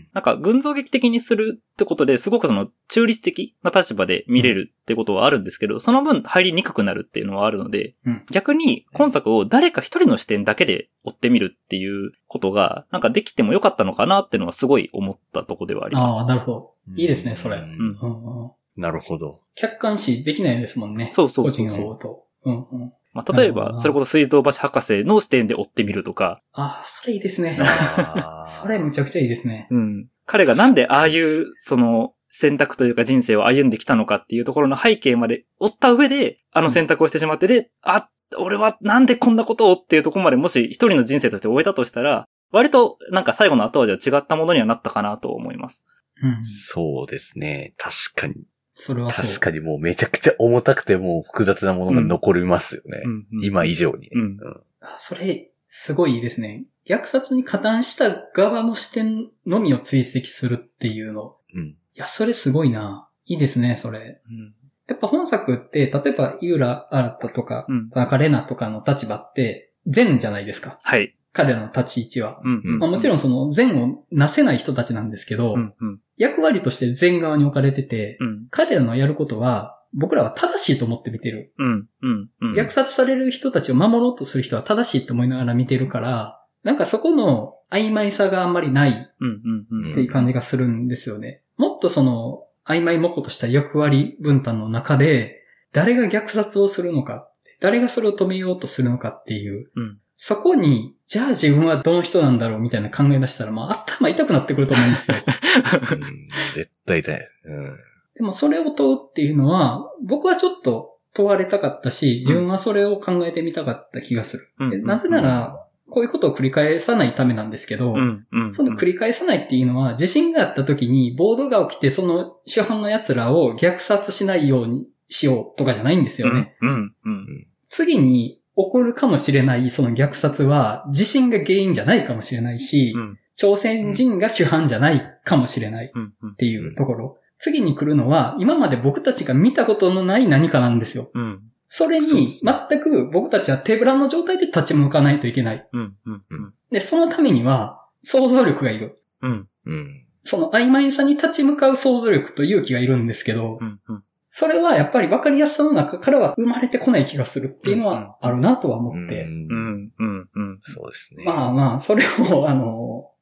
なんか群像劇的にするってことですごくその中立的な立場で見れるってことはあるんですけど、その分入りにくくなるっていうのはあるので、 うん、 逆に今作を誰か一人の視点だけで追ってみるっていうことがなんかできてもよかったのかなっていうのはすごい思ったところではあります。 ああ、なるほど。いいですね、それ。 うんうんうん、 なるほど。 客観視できないですもんね。 そうそうそうそう。 個人を追うと。うんうんまあ、例えば、それこそ水道橋博士の視点で追ってみるとか。 ああ、それいいですね。それむちゃくちゃいいですね。 うん。彼がなんでああいう、その、選択というか人生を歩んできたのかっていうところの背景まで追った上で、あの選択をしてしまってで、うん、あ、俺はなんでこんなことをっていうところまでもし一人の人生として終えたとしたら、割となんか最後の後味は違ったものにはなったかなと思います。 うん、 そうですね。確かに。 それはそう。 確かにもうめちゃくちゃ重たくてもう複雑なものが残りますよね。 うんうん、 今以上に、 うんうん。 それ、すごいいいですね。虐殺に加担した側の視点のみを追跡するっていうの。 うん、 いや、それすごいな。いいですね、それ。 うん、 やっぱ本作って、例えば、井浦新とか、 うん、 田中玲奈とかの立場って、善じゃないですか。 はい。 彼らの立ち位置は。 うんうんまあ、もちろんその善をなせない人たちなんですけど、 うんうん、 役割として善側に置かれてて、 うん、 彼らのやることは、僕らは正しいと思って見てる。 うんうんうん、 虐殺される人たちを守ろうとする人は正しいと思いながら見てるから、なんかそこの曖昧さがあんまりないっていう感じがするんですよね。もっとその曖昧模倣とした役割分担の中で、誰が虐殺をするのか、誰がそれを止めようとするのかっていう、 うん、 そこに、じゃあ自分はどの人なんだろうみたいな考え出したら、まあ頭痛くなってくると思うんですよ。 うん、絶対痛い。うん、 でもそれを問うっていうのは、僕はちょっと問われたかったし、自分はそれを考えてみたかった気がする。 うん、 なぜなら、こういうことを繰り返さないためなんですけど、 うんうんうん、 その繰り返さないっていうのは、地震があった時に暴動が起きて、その主犯の奴らを虐殺しないようにしようとかじゃないんですよね。 うんうんうん、 次に起こるかもしれないその虐殺は、地震が原因じゃないかもしれないし、 うん、 朝鮮人が主犯じゃないかもしれないっていうところ。次に来るのは、今まで僕たちが見たことのない何かなんですよ。 うんそれに、全く僕たちは手ぶらの状態で立ち向かないといけない。 うんうんうん、 で、そのためには、想像力がいる。 うんうん、 その曖昧さに立ち向かう想像力と勇気がいるんですけど、 うんうん、 それはやっぱり分かりやすさの中からは生まれてこない気がするっていうのはあるなとは思って。 うんうんうん、 そうですね。 まあまあ、それを、あの、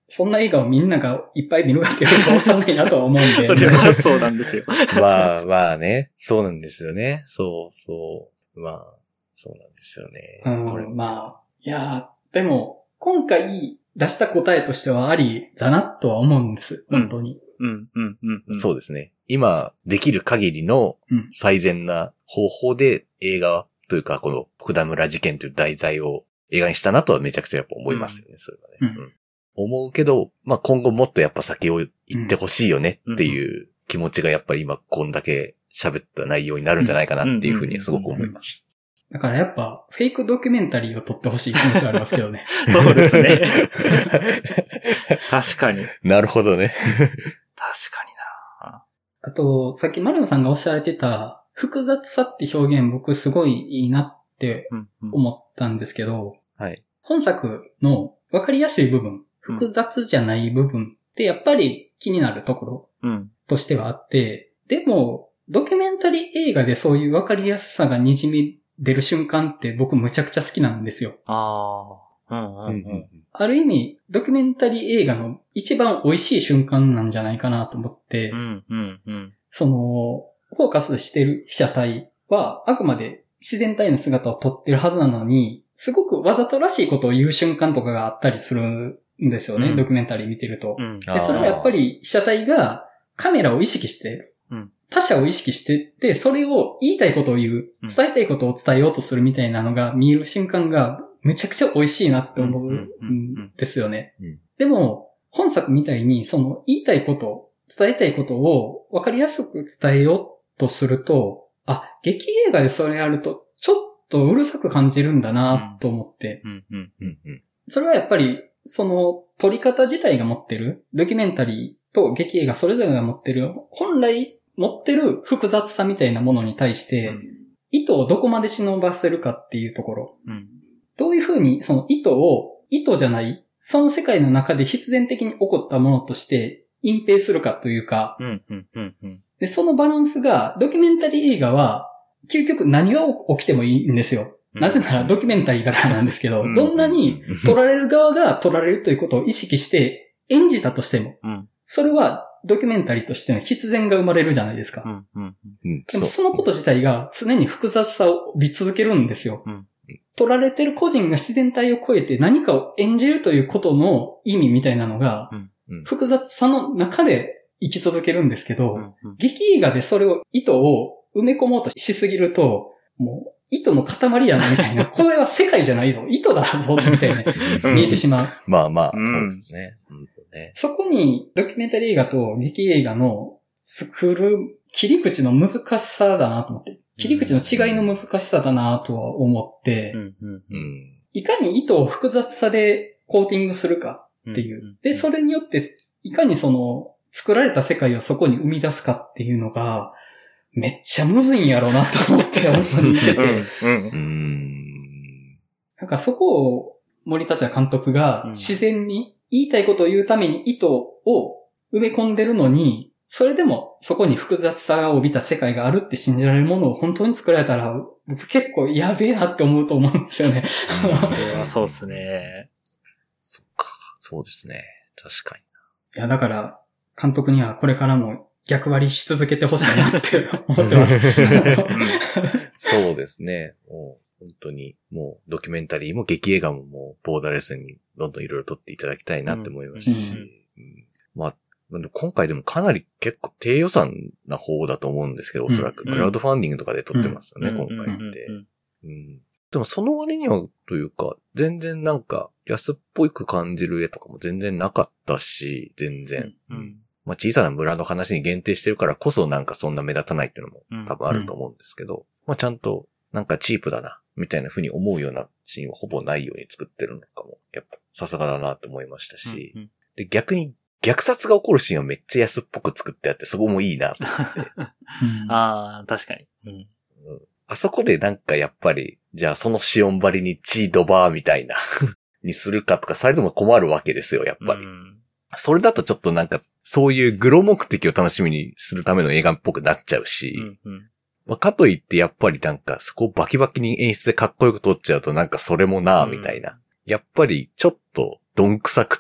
そんな映画をみんながいっぱい見るわけわかんないなとは思うんで。 それはそうなんですよ。 まあまあね。そうなんですよね。そうそう。まあ、そうなんですよね。 うん、まあ、いや、でも、今回出した答えとしてはありだなとは思うんです。本当に。 うん、うん、うん、うん。 そうですね。今、できる限りの最善な方法で映画というか、この福田村事件という題材を映画にしたなとはめちゃくちゃやっぱ思いますよね、うん、それはね。うんうん、思うけど、まあ今後もっとやっぱ先を行ってほしいよねっていう気持ちがやっぱり今こんだけ喋った内容になるんじゃないかなっていうふうにすごく思います。 だからやっぱフェイクドキュメンタリーを撮ってほしい気持ちはありますけどね。 そうですね。確かに。 なるほどね。 確かにな。 あと、さっき丸野さんがおっしゃられてた複雑さって表現僕すごいいいなって思ったんですけど、うんうん、 はい。 本作の分かりやすい部分、複雑じゃない部分ってやっぱり気になるところとしてはあって、うん、でもドキュメンタリー映画でそういう分かりやすさが滲み出る瞬間って僕むちゃくちゃ好きなんですよ。 ああ、うんうんうん。 ある意味ドキュメンタリー映画の一番美味しい瞬間なんじゃないかなと思って、 うんうんうん、 そのフォーカスしてる被写体はあくまで自然体の姿を撮ってるはずなのに、すごくわざとらしいことを言う瞬間とかがあったりするんですよね、うん、ドキュメンタリー見てると、うん、で。それはやっぱり被写体がカメラを意識している。うん、他者を意識してって、それを言いたいことを言う、伝えたいことを伝えようとするみたいなのが見える瞬間がめちゃくちゃ美味しいなって思うんですよね。でも、本作みたいにその言いたいこと、伝えたいことを分かりやすく伝えようとすると、あ、劇映画でそれやるとちょっとうるさく感じるんだなと思って、それはやっぱりその撮り方自体が持ってるドキュメンタリーと劇映画それぞれが持ってる本来持ってる複雑さみたいなものに対して、うん、意図をどこまで忍ばせるかっていうところ、うん、どういうふうにその意図を意図じゃないその世界の中で必然的に起こったものとして隠蔽するかというか、 うんうんうんうん、 でそのバランスがドキュメンタリー映画は究極何が起きてもいいんですよ。なぜならドキュメンタリーだからなんですけど、どんなに撮られる側が撮られるということを意識して演じたとしても、うん、それはドキュメンタリーとしての必然が生まれるじゃないですか。うんうんうん、でもそのこと自体が常に複雑さを帯び続けるんですよ。うん、撮られてる個人が自然体を超えて何かを演じるということの意味みたいなのが、うんうん、複雑さの中で生き続けるんですけど、うんうん、劇映画でそれを意図を埋め込もうとしすぎると、もう意図の塊やなみたいな、これは世界じゃないぞ、意図だぞみたいな見えてしまう。 まあまあ、そうですね。うんそこにドキュメンタリー映画と劇映画の作る切り口の難しさだなと思って、切り口の違いの難しさだなとは思って、うんうんうん、いかに意図を複雑さでコーティングするかっていう。うんうんうん、で、それによっていかにその作られた世界をそこに生み出すかっていうのがめっちゃむずいんやろうなと思って本当に見てて、うんうん、なんかそこを森達也監督が自然に言いたいことを言うために意図を埋め込んでるのに、それでもそこに複雑さが帯びた世界があるって信じられるものを本当に作られたら、僕結構やべえなって思うと思うんですよね。 いやそうですね。 そっか、そうですね。確かに。 いや、だから、監督にはこれからも逆張りし続けてほしいなって思ってます。 そうですね。もう本当に、もうドキュメンタリーも劇映画ももうボーダーレスにどんどんいろいろ撮っていただきたいなって思いますし、うんうん、まあ、今回でもかなり結構低予算な方だと思うんですけど、おそらくクラウドファンディングとかで撮ってますよね、うん、今回って、うん。でもその割にはというか、全然なんか安っぽく感じる絵とかも全然なかったし、全然。うんうんまあ、小さな村の話に限定してるからこそなんかそんな目立たないっていうのも多分あると思うんですけど、うんうん、まあちゃんとなんかチープだな、みたいな風に思うようなシーンはほぼないように作ってるのかも、やっぱさすがだなって思いましたし、うんうん、で逆に虐殺が起こるシーンはめっちゃ安っぽく作ってあって、そこもいいなと思って。 ああ、確かに、うんうん。あそこでなんかやっぱり、じゃあそのシオン張りに血ドバーみたいなにするかとかされても困るわけですよ、やっぱり。うんそれだとちょっとなんか、そういうグロ目的を楽しみにするための映画っぽくなっちゃうし、うんうんまあ、かといってやっぱりなんか、そこをバキバキに演出でかっこよく撮っちゃうとなんかそれもなぁみたいな、うん。やっぱりちょっとどんくさくて、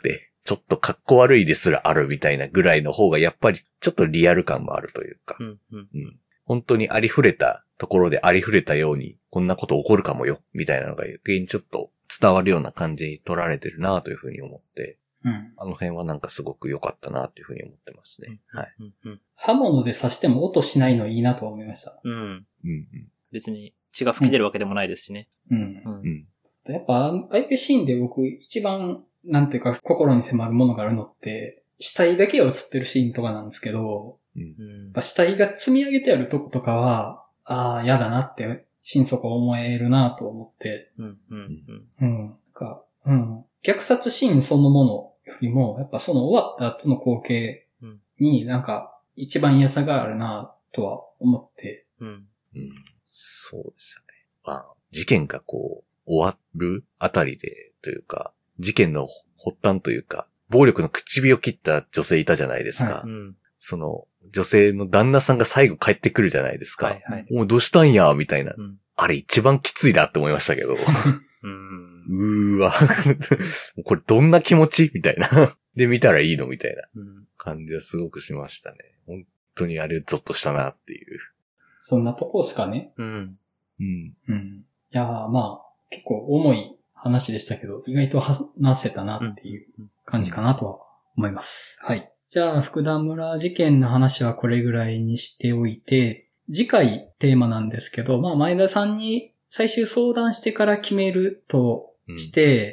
ちょっと格好悪いですらあるみたいなぐらいの方がやっぱりちょっとリアル感もあるというか、 うんうんうん、本当にありふれたところでありふれたようにこんなこと起こるかもよみたいなのが余計にちょっと伝わるような感じに取られてるなというふうに思って、うん、あの辺はなんかすごく良かったなというふうに思ってますね。うん、はい、うんうん。刃物で刺しても音しないのいいなと思いました。 うん。うんうん、別に血が吹き出るわけでもないですしね。 うん。うんうん、やっぱああいうシーンで僕一番なんていうか心に迫るものがあるのって死体だけが映ってるシーンとかなんですけど、うん、やっぱ死体が積み上げてあるとことかはああ嫌だなって心底思えるなと思って、うんうんうん、うん、かうん、虐殺シーンそのものよりもやっぱその終わった後の光景になんか一番嫌さがあるなとは思って、うんうん、そうですよね。まあ事件がこう終わるあたりでというか、事件の発端というか、暴力の口火を切った女性いたじゃないですか。はい、うん、その女性の旦那さんが最後帰ってくるじゃないですか。はいはい、もうどうしたんやみたいな、うん。あれ一番きついなって思いましたけど。うん、うーわ。これどんな気持ちみたいな。で見たらいいのみたいな感じはすごくしましたね。本当にあれゾッとしたなっていう。 そんなとこですかね。うん。うん。うん。いやーまあ、結構重い話でしたけど、意外と話せたなっていう感じかなとは思います。うん、はい。じゃあ、福田村事件の話はこれぐらいにしておいて、次回テーマなんですけど、まあ、前田さんに最終相談してから決めるとして、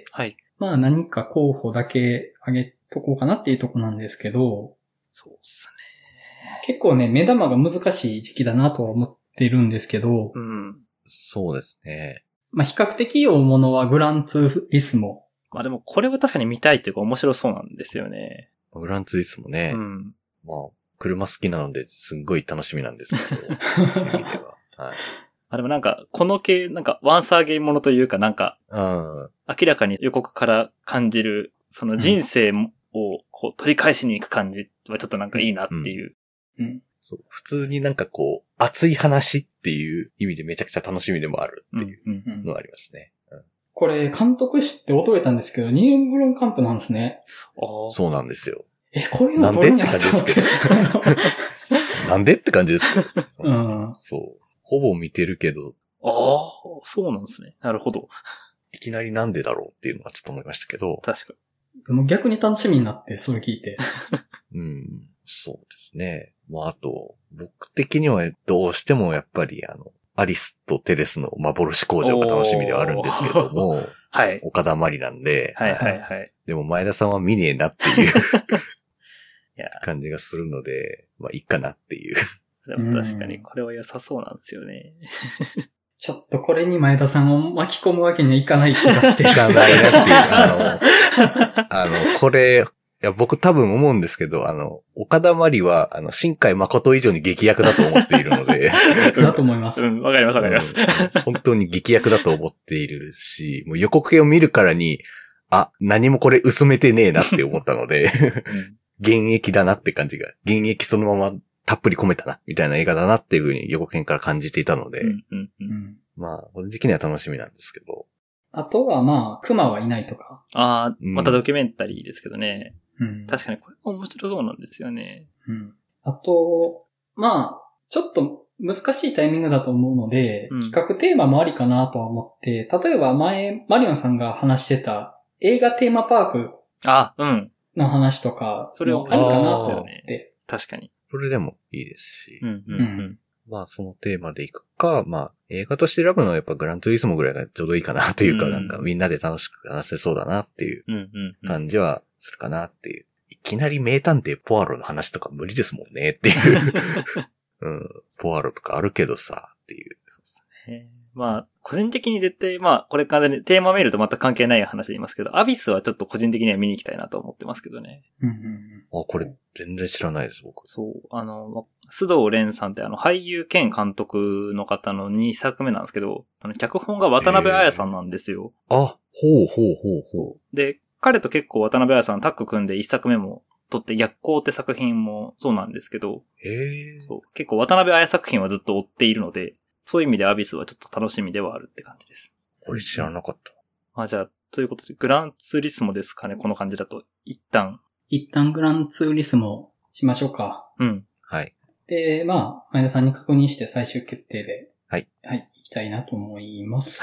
うん、はい。まあ、何か候補だけ挙げとこうかなっていうとこなんですけど、そうですね。結構ね、目玉が難しい時期だなとは思ってるんですけど、 うん。そうですね。 まあ、比較的大物はグランツーリスモ。 まあでもこれは確かに見たいっていうか面白そうなんですよね。 グランツーリスモね。うん。まあ、車好きなのですんごい楽しみなんですけど。意味では。 はい。あ、でもなんか、この系、なんか、ワンサーゲーものというかなんか、うん、明らかに予告から感じる、その人生をこう取り返しに行く感じはちょっとなんかいいなっていう。 うん。うん、そう。普通になんかこう、熱い話っていう意味でめちゃくちゃ楽しみでもあるっていうのがありますね。うんうんうん、 これ、監督知って驚いたんですけど、ニール・ブルンカンプなんですね。 あそうなんですよ。 え、こういうの撮るんやなんでって感じですけど。なんでって感じですけど。うん。そう。ほぼ見てるけど。 ああ、そうなんですね。なるほど。 いきなりなんでだろうっていうのはちょっと思いましたけど。 確かに。でも逆に楽しみになって、それ聞いて。 うん。そうですね。まあ、あと、僕的にはどうしてもやっぱりあの、アリスとテレスの幻工場が楽しみではあるんですけれども、はい。岡田まりなんで、 はいはいはい。 でも前田さんは見ねえなっていう感じがするので、まあいいかなっていう。 でも確かにこれは良さそうなんですよね。 ちょっとこれに前田さんを巻き込むわけにはいかない気がしてる。いかないなっていう。あの、あの、これ、いや、僕多分思うんですけど、あの、岡田まりは、あの、新海誠以上に劇薬だと思っているので。 だと思います。 うん、わかりますわかります、 うん。本当に劇薬だと思っているし、もう予告編を見るからに、あ、何もこれ薄めてねえなって思ったので、現役だなって感じが、現役そのままたっぷり込めたな、みたいな映画だなっていう風に予告編から感じていたので、うんうんうん、まあ、この時期には楽しみなんですけど。 あとはまあ、熊はいないとか。 ああ、またドキュメンタリーですけどね。うん、確かにこれも面白そうなんですよね。 うん。あと、まあ、ちょっと難しいタイミングだと思うので、うん、企画テーマもありかなとは思って、例えば前、マリオンさんが話してた映画テーマパークあ、うん。 の話とか、それもありかなと思って。 確かに。 それでもいいですし。うんうんうん、まあそのテーマでいくか、まあ映画として選ぶのはやっぱグランツーリスモぐらいがちょうどいいかなというか、うん、なんかみんなで楽しく話せそうだなっていう感じはするかなっていう。いきなり名探偵ポアロの話とか無理ですもんねっていう、うん。ポアロとかあるけどさっていう。そうですね。まあ個人的に絶対まあこれからねテーマメールと全く関係ない話で言いますけど、アビスはちょっと個人的には見に行きたいなと思ってますけどね。うんうんうん、あ、これ全然知らないです僕。 そう、あの須藤蓮さんってあの俳優兼監督の方のにさくめなんですけど、あの脚本が渡辺彩さんなんですよ。 あ、ほうほうほうほう。で、彼と結構渡辺彩さんタッグ組んでいっさくめも撮って逆光って作品もそうなんですけど、へそう結構渡辺彩作品はずっと追っているので、そういう意味でアビスはちょっと楽しみではあるって感じです。 これ知らなかった。 あ、じゃあということで、グランツーリスモですかね、この感じだと。一旦。 一旦グランツーリスモしましょうか。 うん。 はい。 で、まあ、前田さんに確認して最終決定で。 はい。 はい、行きたいなと思います。 はい。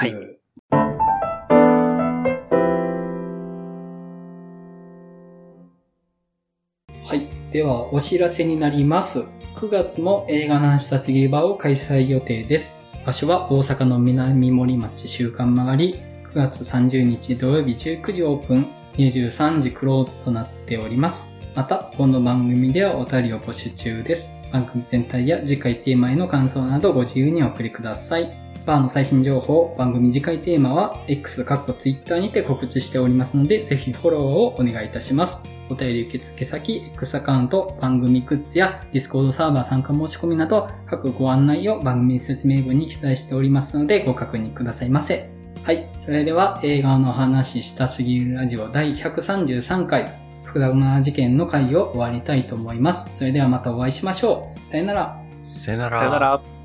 はい。では、お知らせになります。くがつも映画の明日すぎる場を開催予定です。場所は大阪の南森町週刊曲がり、くがつさんじゅうにち土曜日じゅうくじオープン、にじゅうさんじクローズとなっております。また、本の番組ではお便りを募集中です。番組全体や次回テーマへの感想などご自由にお送りください。バーの最新情報、番組次回テーマは X、Twitter にて告知しておりますので、ぜひフォローをお願いいたします。お便り受付先、X アカウント、番組グッズや Discord サーバー参加申し込みなど、各ご案内を番組説明文に記載しておりますので、ご確認くださいませ。はい。それでは、映画の話したすぎるラジオ第ひゃくさんじゅうさんかい、福田村事件の回を終わりたいと思います。それではまたお会いしましょう。さよなら。 さよなら。 さよなら。